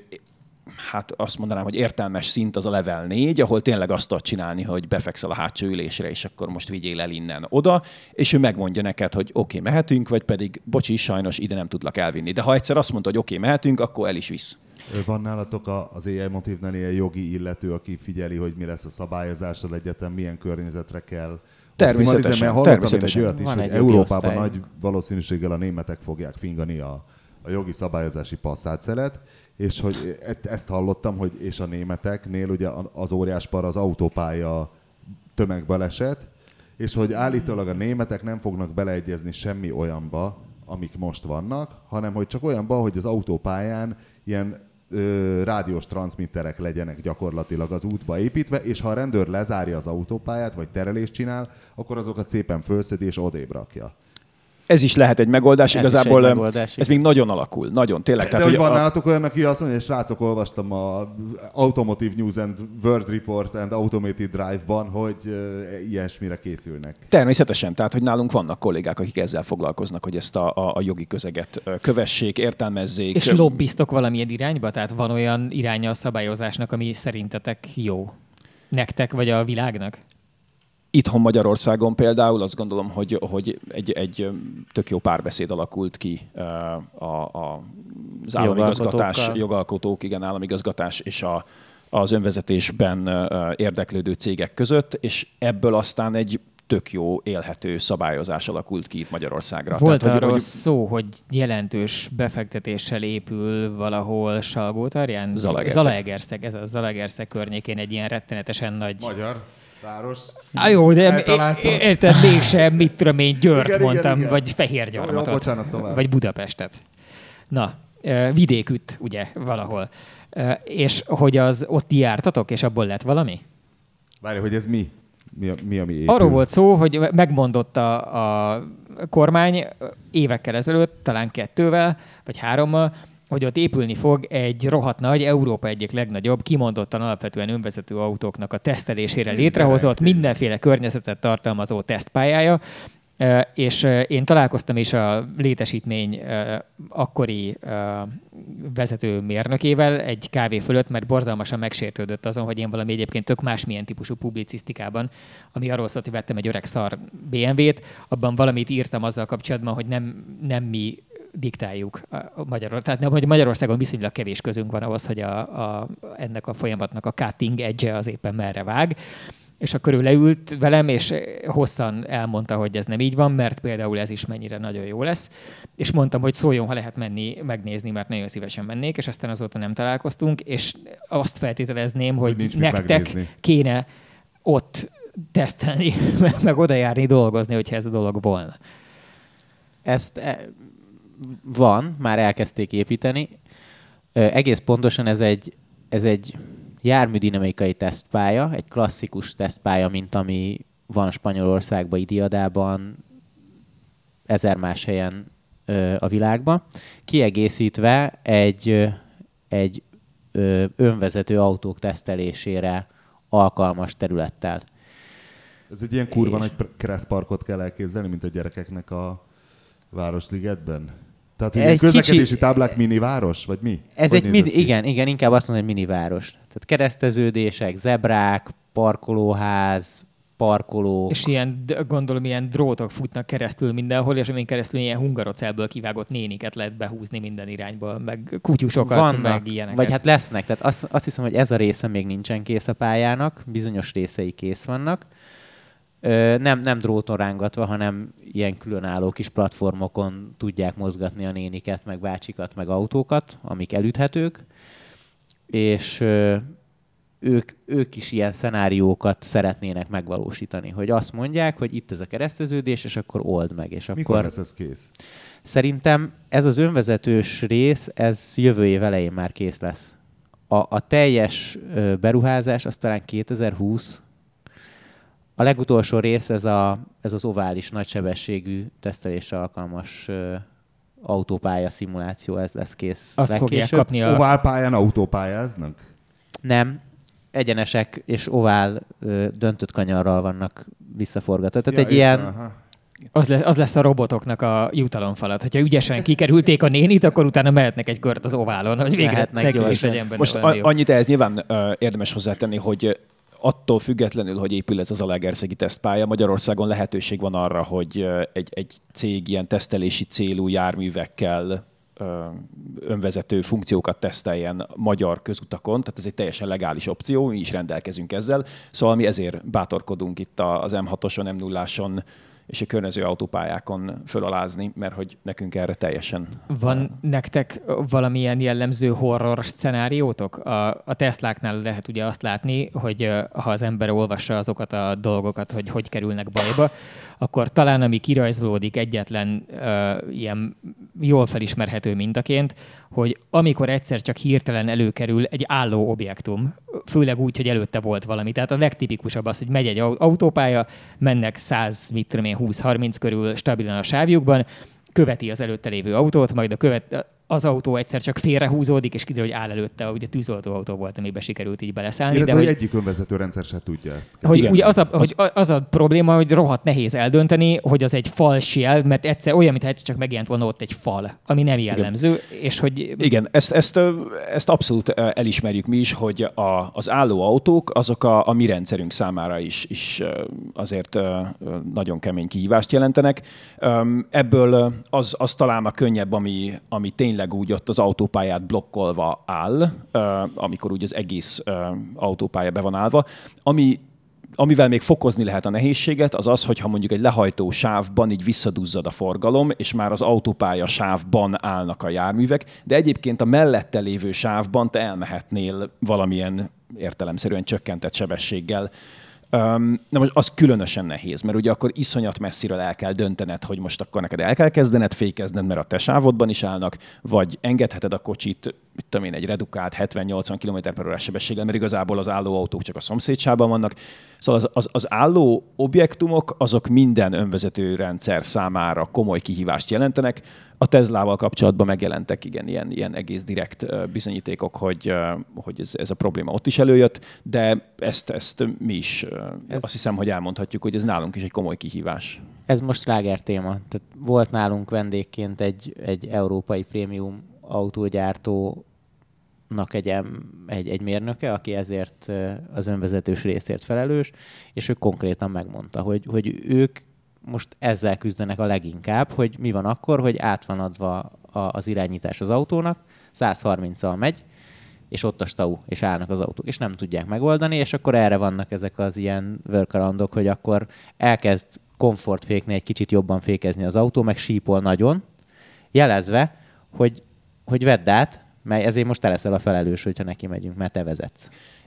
hát azt mondanám, hogy értelmes szint az a level négy, ahol tényleg azt tudod csinálni, hogy befekszel a hátsó ülésre, és akkor most vigyél el innen oda, és ő megmondja neked, hogy oké, okay, mehetünk, vagy pedig bocsi, sajnos ide nem tudlak elvinni. De ha egyszer azt mondta, hogy oké, okay, mehetünk, akkor el is visz. Van nálatok a- az á i Motivnál ilyen jogi illető, aki figyeli, hogy mi lesz a szabályozással egyetem, milyen környezetre kell. Természetesen, optimalizálni? Mert hallottam természetesen. én egy olyat is, Van hogy egy jogi Európában osztály. nagy valószínűséggel a németek fogják fingani a, a jogi szabályozási passzátszeret, és hogy e- ezt hallottam, hogy és a németeknél ugye az óriás par az autópálya tömegbaleset, és hogy állítólag a németek nem fognak beleegyezni semmi olyanba, amik most vannak, hanem hogy csak olyanba, hogy az autópályán ilyen ö, rádiós transmitterek legyenek gyakorlatilag az útba építve, és ha a rendőr lezárja az autópályát, vagy terelést csinál, akkor azokat szépen fölszedi és odébb rakja. Ez is lehet egy megoldás, Ez igazából is egy megoldás, ez igen. még nagyon alakul, nagyon tényleg. De Tehát, hogy hogy van a- nálatok olyan, aki azt mondja, hogy srácok, olvastam a Automotive News and World Report and Automated Drive-ban, hogy ö, ilyesmire készülnek. Természetesen, tehát hogy nálunk vannak kollégák, akik ezzel foglalkoznak, hogy ezt a, a, a jogi közeget ö, kövessék, értelmezzék. És lobbiztok valamilyen irányba? Tehát van olyan iránya a szabályozásnak, ami szerintetek jó? Nektek vagy a világnak? Itthon Magyarországon például azt gondolom, hogy, hogy egy, egy tök jó párbeszéd alakult ki ö, a, a, az államigazgatás, Jogalkotókkal. jogalkotók, igen, államigazgatás és a, az önvezetésben ö, érdeklődő cégek között, és ebből aztán egy tök jó élhető szabályozás alakult ki itt Magyarországra. Volt Tehát, arról hogy, szó, hogy jelentős befektetéssel épül valahol Salgótarján? Zalaegerszeg. Zalaegerszeg, ez a Zalaegerszeg környékén egy ilyen rettenetesen nagy... Magyar, város. Á, jó, de Eltaláltad. é- érted, mégsem, mit tudom én, Győrt Igen, mondtam, igen, igen. vagy Jó, jó, Fehérgyarmatot, bocsánat, tovább. vagy Budapestet. Na, ö, vidékütt, ugye, valahol. Ö, És hogy az ott jártatok, és abból lett valami? Várj, hogy ez mi? Mi, a- mi ami épül? Arról volt szó, hogy megmondott a, a kormány évekkel ezelőtt, talán kettővel, vagy hárommal, hogy ott épülni fog egy rohadt nagy, Európa egyik legnagyobb, kimondottan alapvetően önvezető autóknak a tesztelésére létrehozott, mindenféle környezetet tartalmazó tesztpályája, E, és e, én találkoztam is a létesítmény e, akkori e, vezető mérnökével egy kávé fölött, mert borzalmasan megsértődött azon, hogy én valami egyébként tök másmilyen típusú publicisztikában, ami arról szólt, hogy vettem egy öreg szar bé em vét, abban valamit írtam azzal kapcsolatban, hogy nem, nem mi diktáljuk a Magyarországon. Tehát nem, hogy Magyarországon viszonylag kevés közünk van ahhoz, hogy a, a, ennek a folyamatnak a cutting edge az éppen merre vág. És akkor ő leült velem, és hosszan elmondta, hogy ez nem így van, mert például ez is mennyire nagyon jó lesz. És mondtam, hogy szóljon, ha lehet menni, megnézni, mert nagyon szívesen mennék, és aztán azóta nem találkoztunk, és azt feltételezném, hogy, nincs mit nektek megnézni. kéne ott tesztelni, meg oda járni, dolgozni, hogyha ez a dolog volna. Ezt e, van, már elkezdték építeni. Egész pontosan ez egy, ez egy járműdinamikai tesztpálya, egy klasszikus tesztpálya, mint ami van Spanyolországban, Idiadában, ezer más helyen a világban, kiegészítve egy, egy önvezető autók tesztelésére alkalmas területtel. Ez egy ilyen kurva nagy keresztparkot kell elképzelni, mint a gyerekeknek a Városligetben? Tehát egy közlekedési kicsi... táblák miniváros, vagy mi? Ez hogy egy mini, igen, igen, inkább azt mondom, hogy miniváros. Tehát kereszteződések, zebrák, parkolóház, parkoló. És ilyen, gondolom, ilyen drótok futnak keresztül mindenhol, és amin keresztül ilyen hungarocelből kivágott néniket lehet behúzni minden irányból, meg kutyusokat, vannak, meg ilyeneket. Vagy hát lesznek. Tehát azt, azt hiszem, hogy ez a része még nincsen kész a pályának, bizonyos részei kész vannak. Ö, nem, nem dróton rángatva, hanem ilyen különálló kis platformokon tudják mozgatni a néniket, meg bácsikat, meg autókat, amik elüthetők. És ö, ők, ők is ilyen szenáriókat szeretnének megvalósítani, hogy azt mondják, hogy itt ez a kereszteződés, és akkor old meg. És mikor akkor... lesz ez kész? Szerintem ez az önvezetős rész, ez jövő év elején már kész lesz. A, a teljes ö, beruházás az talán kétezer-húsz. A legutolsó rész, ez, a, ez az ovális, nagysebességű tesztelésre alkalmas ö, autópálya szimuláció, ez lesz kész. Azt fogják kapni a... Oválpályán autópályáznak? Nem. Egyenesek és ovál ö, döntött kanyarral vannak visszaforgatva. Tehát ja, egy ilyen... Aha. Az, le, az lesz a robotoknak a jutalomfalat. Hogyha ügyesen kikerülték a nénit, akkor utána mehetnek egy kört az oválon, hogy végre neki is legyen benne. Most a, annyit ehhez nyilván uh, érdemes hozzátenni, hogy attól függetlenül, hogy épül ez az Zalaegerszegi tesztpálya, Magyarországon lehetőség van arra, hogy egy, egy cég ilyen tesztelési célú járművekkel önvezető funkciókat teszteljen magyar közutakon, tehát ez egy teljesen legális opció, mi is rendelkezünk ezzel, szóval mi ezért bátorkodunk itt az em hatoson, em nulláson és a környező autópályákon fölalázni, mert hogy nekünk erre teljesen... Van nektek valamilyen jellemző horror szenáriótok? A, a Tesláknál lehet ugye azt látni, hogy ha az ember olvassa azokat a dolgokat, hogy hogy kerülnek bajba, akkor talán ami kirajzolódik egyetlen uh, ilyen jól felismerhető mintaként, hogy amikor egyszer csak hirtelen előkerül egy álló objektum, főleg úgy, hogy előtte volt valami. Tehát a legtipikusabb az, hogy megy egy autópálya, mennek száz, mit tudom én, húsz-harminc körül stabilan a sávjukban, követi az előtte lévő autót, majd a követ, az autó egyszer csak félrehúzódik, és kiderül, hogy áll előtte, ugye tűzoltóautó volt, amiben sikerült így beleszállni. Illetve, de hogy hogy egyik önvezető rendszer se tudja ezt. Hogy ugye az a, hogy az a probléma, hogy rohadt nehéz eldönteni, hogy az egy fals jel, mert egyszer olyan, mintha egyszer csak megjelent volna ott egy fal, ami nem jellemző, igen. És hogy... Igen, ezt, ezt, ezt abszolút elismerjük mi is, hogy a, az álló autók, azok a, a mi rendszerünk számára is, is azért nagyon kemény kihívást jelentenek. Ebből az, az talán a könnyebb, ami, ami tényleg úgy ott az autópályát blokkolva áll, amikor úgy az egész autópálya be van állva. Ami, amivel még fokozni lehet a nehézséget, az az, hogyha mondjuk egy lehajtó sávban így visszaduzzad a forgalom, és már az autópálya sávban állnak a járművek, de egyébként a mellette lévő sávban te elmehetnél valamilyen értelemszerűen csökkentett sebességgel. Um, na most az különösen nehéz, mert ugye akkor iszonyat messziről el kell döntened, hogy most akkor neked el kell kezdened fékezned, mert a te sávodban is állnak, vagy engedheted a kocsit, mit tudom én, egy redukált hetven-nyolcvan kilométer per órás sebességgel, mert igazából az álló autók csak a szomszédságban vannak. Szóval az, az, az álló objektumok, azok minden önvezető rendszer számára komoly kihívást jelentenek. A Teslával kapcsolatban megjelentek igen, ilyen, ilyen egész direkt bizonyítékok, hogy, hogy ez, ez a probléma ott is előjött, de ezt, ezt mi is ez... azt hiszem, hogy elmondhatjuk, hogy ez nálunk is egy komoly kihívás. Ez most sláger téma. Tehát volt nálunk vendégként egy, egy európai prémium autógyártónak egy, egy, egy mérnöke, aki ezért az önvezetős részért felelős, és ő konkrétan megmondta, hogy, hogy ők most ezzel küzdenek a leginkább, hogy mi van akkor, hogy át van adva a, az irányítás az autónak, száz harminccal megy, és ott a stau, és állnak az autók, és nem tudják megoldani, és akkor erre vannak ezek az ilyen workaroundok, hogy akkor elkezd komfortféknél egy kicsit jobban fékezni az autó, meg sípol nagyon, jelezve, hogy, hogy vedd át, mert ezért most te leszel a felelős, hogyha neki megyünk, mert te vezetsz.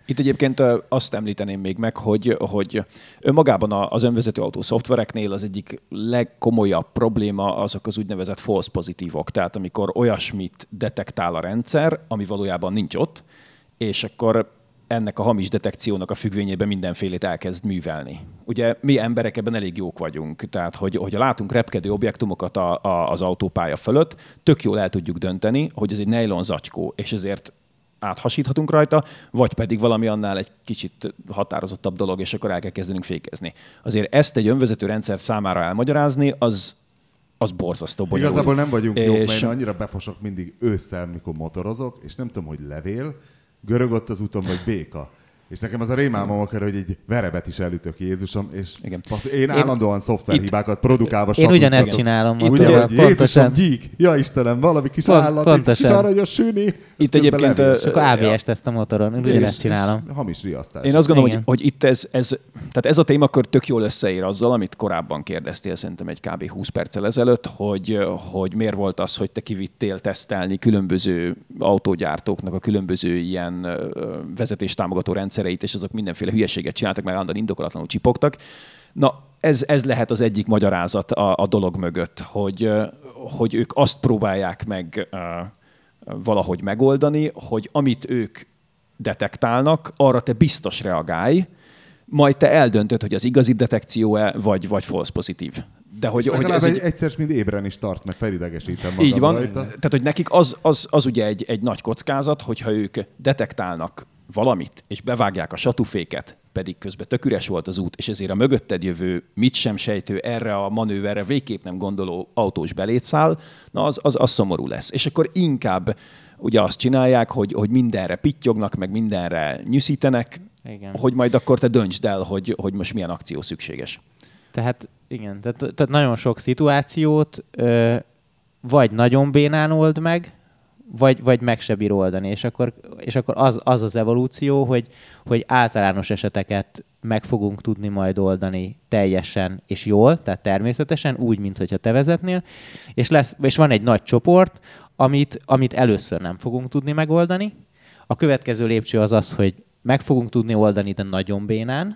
Itt egyébként azt említeném még meg, hogy, hogy önmagában az önvezető autó szoftvereknél az egyik legkomolyabb probléma azok az úgynevezett false pozitívok, tehát amikor olyasmit detektál a rendszer, ami valójában nincs ott, és akkor ennek a hamis detekciónak a függvényében mindenfélét elkezd művelni. Ugye mi emberek ebben elég jók vagyunk, tehát hogy, hogy látunk repkedő objektumokat a, a, az autópálya fölött, tök jól el tudjuk dönteni, hogy ez egy nylon zacskó, és ezért áthasíthatunk rajta, vagy pedig valami annál egy kicsit határozottabb dolog, és akkor el kell kezdenünk fékezni. Azért ezt egy önvezető rendszer számára elmagyarázni, az, az borzasztó bonyolult. Igazából nem vagyunk jók, és... mert annyira befosok mindig ősszel, mikor motorozok, és nem tudom, hogy levél, görög ott az úton, vagy béka. És nekem az a rémálmom akar, hogy egy verebet is elütök, Jézusom, és passz, én állandóan én, szoftverhibákat itt, produkálva Én ugyanezt csinálom. Úgy, hogy Jézusom, gyík, ja Istenem, valami kis Pont, állat, egy kis aranyos süni. Itt egyébként... És akkor á bé es tesztem a motoron, ugyanezt csinálom. Hamis riasztás. Én azt gondolom, hogy, hogy itt ez, ez, tehát ez a témakör tök jól összeér azzal, amit korábban kérdeztél szerintem egy kb. húsz perccel ezelőtt, hogy, hogy miért volt az, hogy te kivittél tesztelni különböző autógyártóknak a különböző ilyen vezetéstámogató rendszereit, és azok mindenféle hülyeséget csináltak, meg állandóan indokolatlanul csipogtak. Na, ez, ez lehet az egyik magyarázat a, a dolog mögött, hogy, hogy ők azt próbálják meg uh, valahogy megoldani, hogy amit ők detektálnak, arra te biztos reagálj, majd te eldöntöd, hogy az igazi detekció-e, vagy, vagy false pozitív. De hogy, hogy ez egy, egy... egyszer, mint ébren is tart, meg felidegesítem magam így van. rajta. Tehát, hogy nekik az, az, az ugye egy, egy nagy kockázat, hogyha ők detektálnak valamit, és bevágják a satuféket, pedig közben tök üres volt az út, és ezért a mögötted jövő, mit sem sejtő, erre a manőverre végképp nem gondoló autós belétszáll, na az, az, az szomorú lesz. És akkor inkább ugye azt csinálják, hogy, hogy mindenre pittyognak, meg mindenre nyűszítenek, igen. Hogy majd akkor te döntsd el, hogy, hogy most milyen akció szükséges. Tehát igen, tehát, tehát nagyon sok szituációt ö, vagy nagyon bénán old meg, vagy, vagy meg se bír oldani. És akkor, és akkor az, az az evolúció, hogy, hogy általános eseteket meg fogunk tudni majd oldani teljesen és jól, tehát természetesen, úgy, mint hogyha te vezetnél, és, lesz, és van egy nagy csoport, amit, amit először nem fogunk tudni megoldani. A következő lépcső az az, hogy meg fogunk tudni oldani, de nagyon bénán,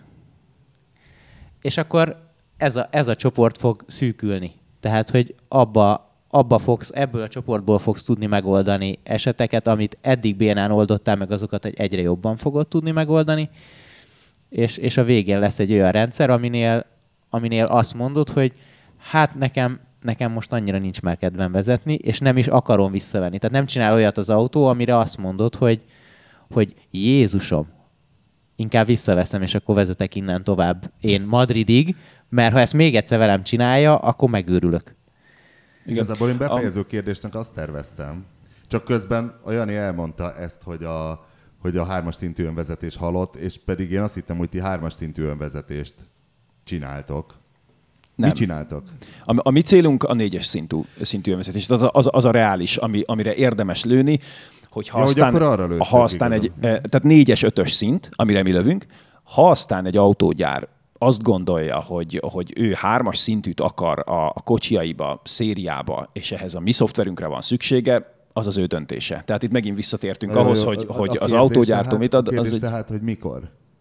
és akkor ez a, ez a csoport fog szűkülni. Tehát, hogy abba abba fogsz, ebből a csoportból fogsz tudni megoldani eseteket, amit eddig bénán oldottál meg, azokat egyre jobban fogod tudni megoldani, és, és a végén lesz egy olyan rendszer, aminél, aminél azt mondod, hogy hát nekem, nekem most annyira nincs már kedvem vezetni, és nem is akarom visszavenni. Tehát nem csinál olyat az autó, amire azt mondod, hogy, hogy Jézusom, inkább visszaveszem, és akkor vezetek innen tovább én Madridig, mert ha ezt még egyszer velem csinálja, akkor megőrülök. Igazából én befejező kérdésnek azt terveztem, csak közben olyan elmondta ezt, hogy a, hogy a hármas szintű önvezetés halott, és pedig én azt hittem, hogy ti hármas szintű önvezetést csináltok. Nem. Mit csináltok? A, a mi célunk a négyes szintű, szintű önvezetés. Az, az, az a reális, ami, amire érdemes lőni, hogy ha ja, aztán, hogy arra lőttök, ha aztán egy, tehát négyes, ötös szint, amire mi lövünk, ha aztán egy autógyár azt gondolja, hogy, hogy ő hármas szintűt akar a, a kocsiaiba, szériába, és ehhez a mi szoftverünkre van szüksége, az az ő döntése. Tehát itt megint visszatértünk jó, ahhoz, jó, hogy, a, hogy az autógyártó tehát, mit ad. A kérdés az tehát, hogy mikor?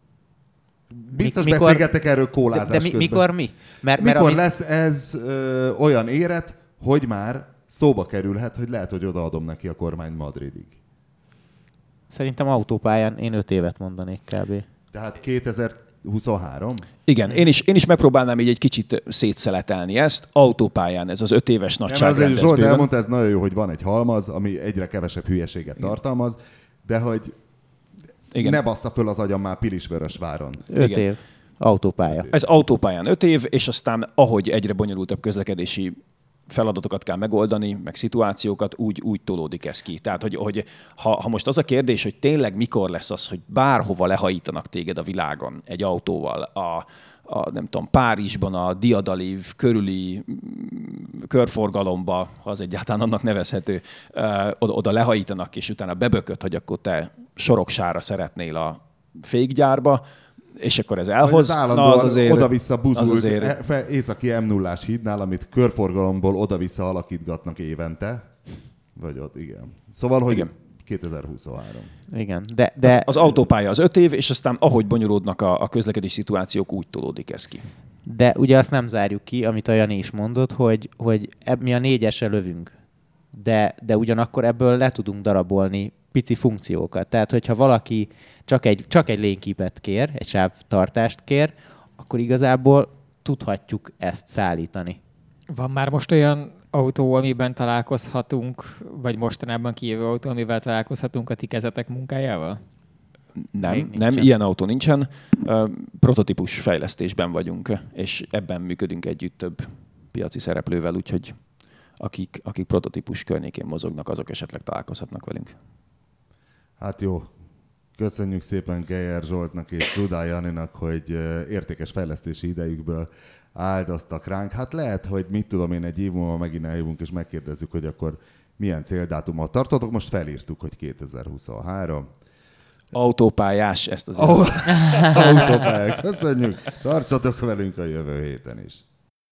Biztos mikor, beszélgettek erről kólázás de, de mi, közben. Mikor mi? Mert, mikor mert lesz ez ö, olyan érett, hogy már szóba kerülhet, hogy lehet, hogy odaadom neki a kormány Madridig? Szerintem autópályán én öt évet mondanék kb. Tehát kétezer-huszonhárom? Igen, én is, én is megpróbálnám így egy kicsit szétszeletelni ezt. Autópályán ez az öt éves nagyságrend. Zsolt elmondta, ez nagyon jó, hogy van egy halmaz, ami egyre kevesebb hülyeséget Igen. tartalmaz, de hogy Igen. ne bassza föl az agyam már Pilisvörösváron. öt Igen. év. Autópálya. Ez autópályán öt év, és aztán ahogy egyre bonyolultabb közlekedési feladatokat kell megoldani, meg szituációkat, úgy, úgy tolódik ez ki. Tehát, hogy, hogy ha, ha most az a kérdés, hogy tényleg mikor lesz az, hogy bárhova lehajítanak téged a világon egy autóval, a, a nem tudom, Párizsban a Diadalív körüli körforgalomba, ha az egyáltalán annak nevezhető, oda, oda lehajítanak, és utána bebököd, hogy akkor te soroksára szeretnél a fékgyárba, és akkor ez elhoz. Az állandóan az azért, oda-vissza buzult azért... északi em nullás hídnál, amit körforgalomból oda-vissza alakítgatnak évente. Vagy ott, igen. Szóval, hogy igen. kétezer-huszonhárom. Igen, de... de... Az autópálya az öt év, és aztán ahogy bonyolódnak a, a közlekedés szituációk, úgy tolódik ez ki. De ugye azt nem zárjuk ki, amit a Jani is mondott, hogy, hogy eb, mi a négyesre lövünk, de, de ugyanakkor ebből le tudunk darabolni pici funkciókat. Tehát, hogyha valaki csak egy, csak egy lane-keepet kér, egy sávtartást kér, akkor igazából tudhatjuk ezt szállítani. Van már most olyan autó, amiben találkozhatunk, vagy mostanában kijövő autó, amivel találkozhatunk a ti kezetek munkájával? Nem, nem, ilyen autó nincsen. Prototípus fejlesztésben vagyunk, és ebben működünk együtt több piaci szereplővel, úgyhogy akik, akik prototípus környékén mozognak, azok esetleg találkozhatnak velünk. Hát jó. Köszönjük szépen Geyer Zsoltnak és Rudá Janinak, hogy értékes fejlesztési idejükből áldoztak ránk. Hát lehet, hogy mit tudom én, egy év múlva megint eljövünk és megkérdezzük, hogy akkor milyen céldátumot tartotok. Most felírtuk, hogy kétezer-huszonhárom. Autópályás ezt az Autópályás. Köszönjük. Tartsatok velünk a jövő héten is.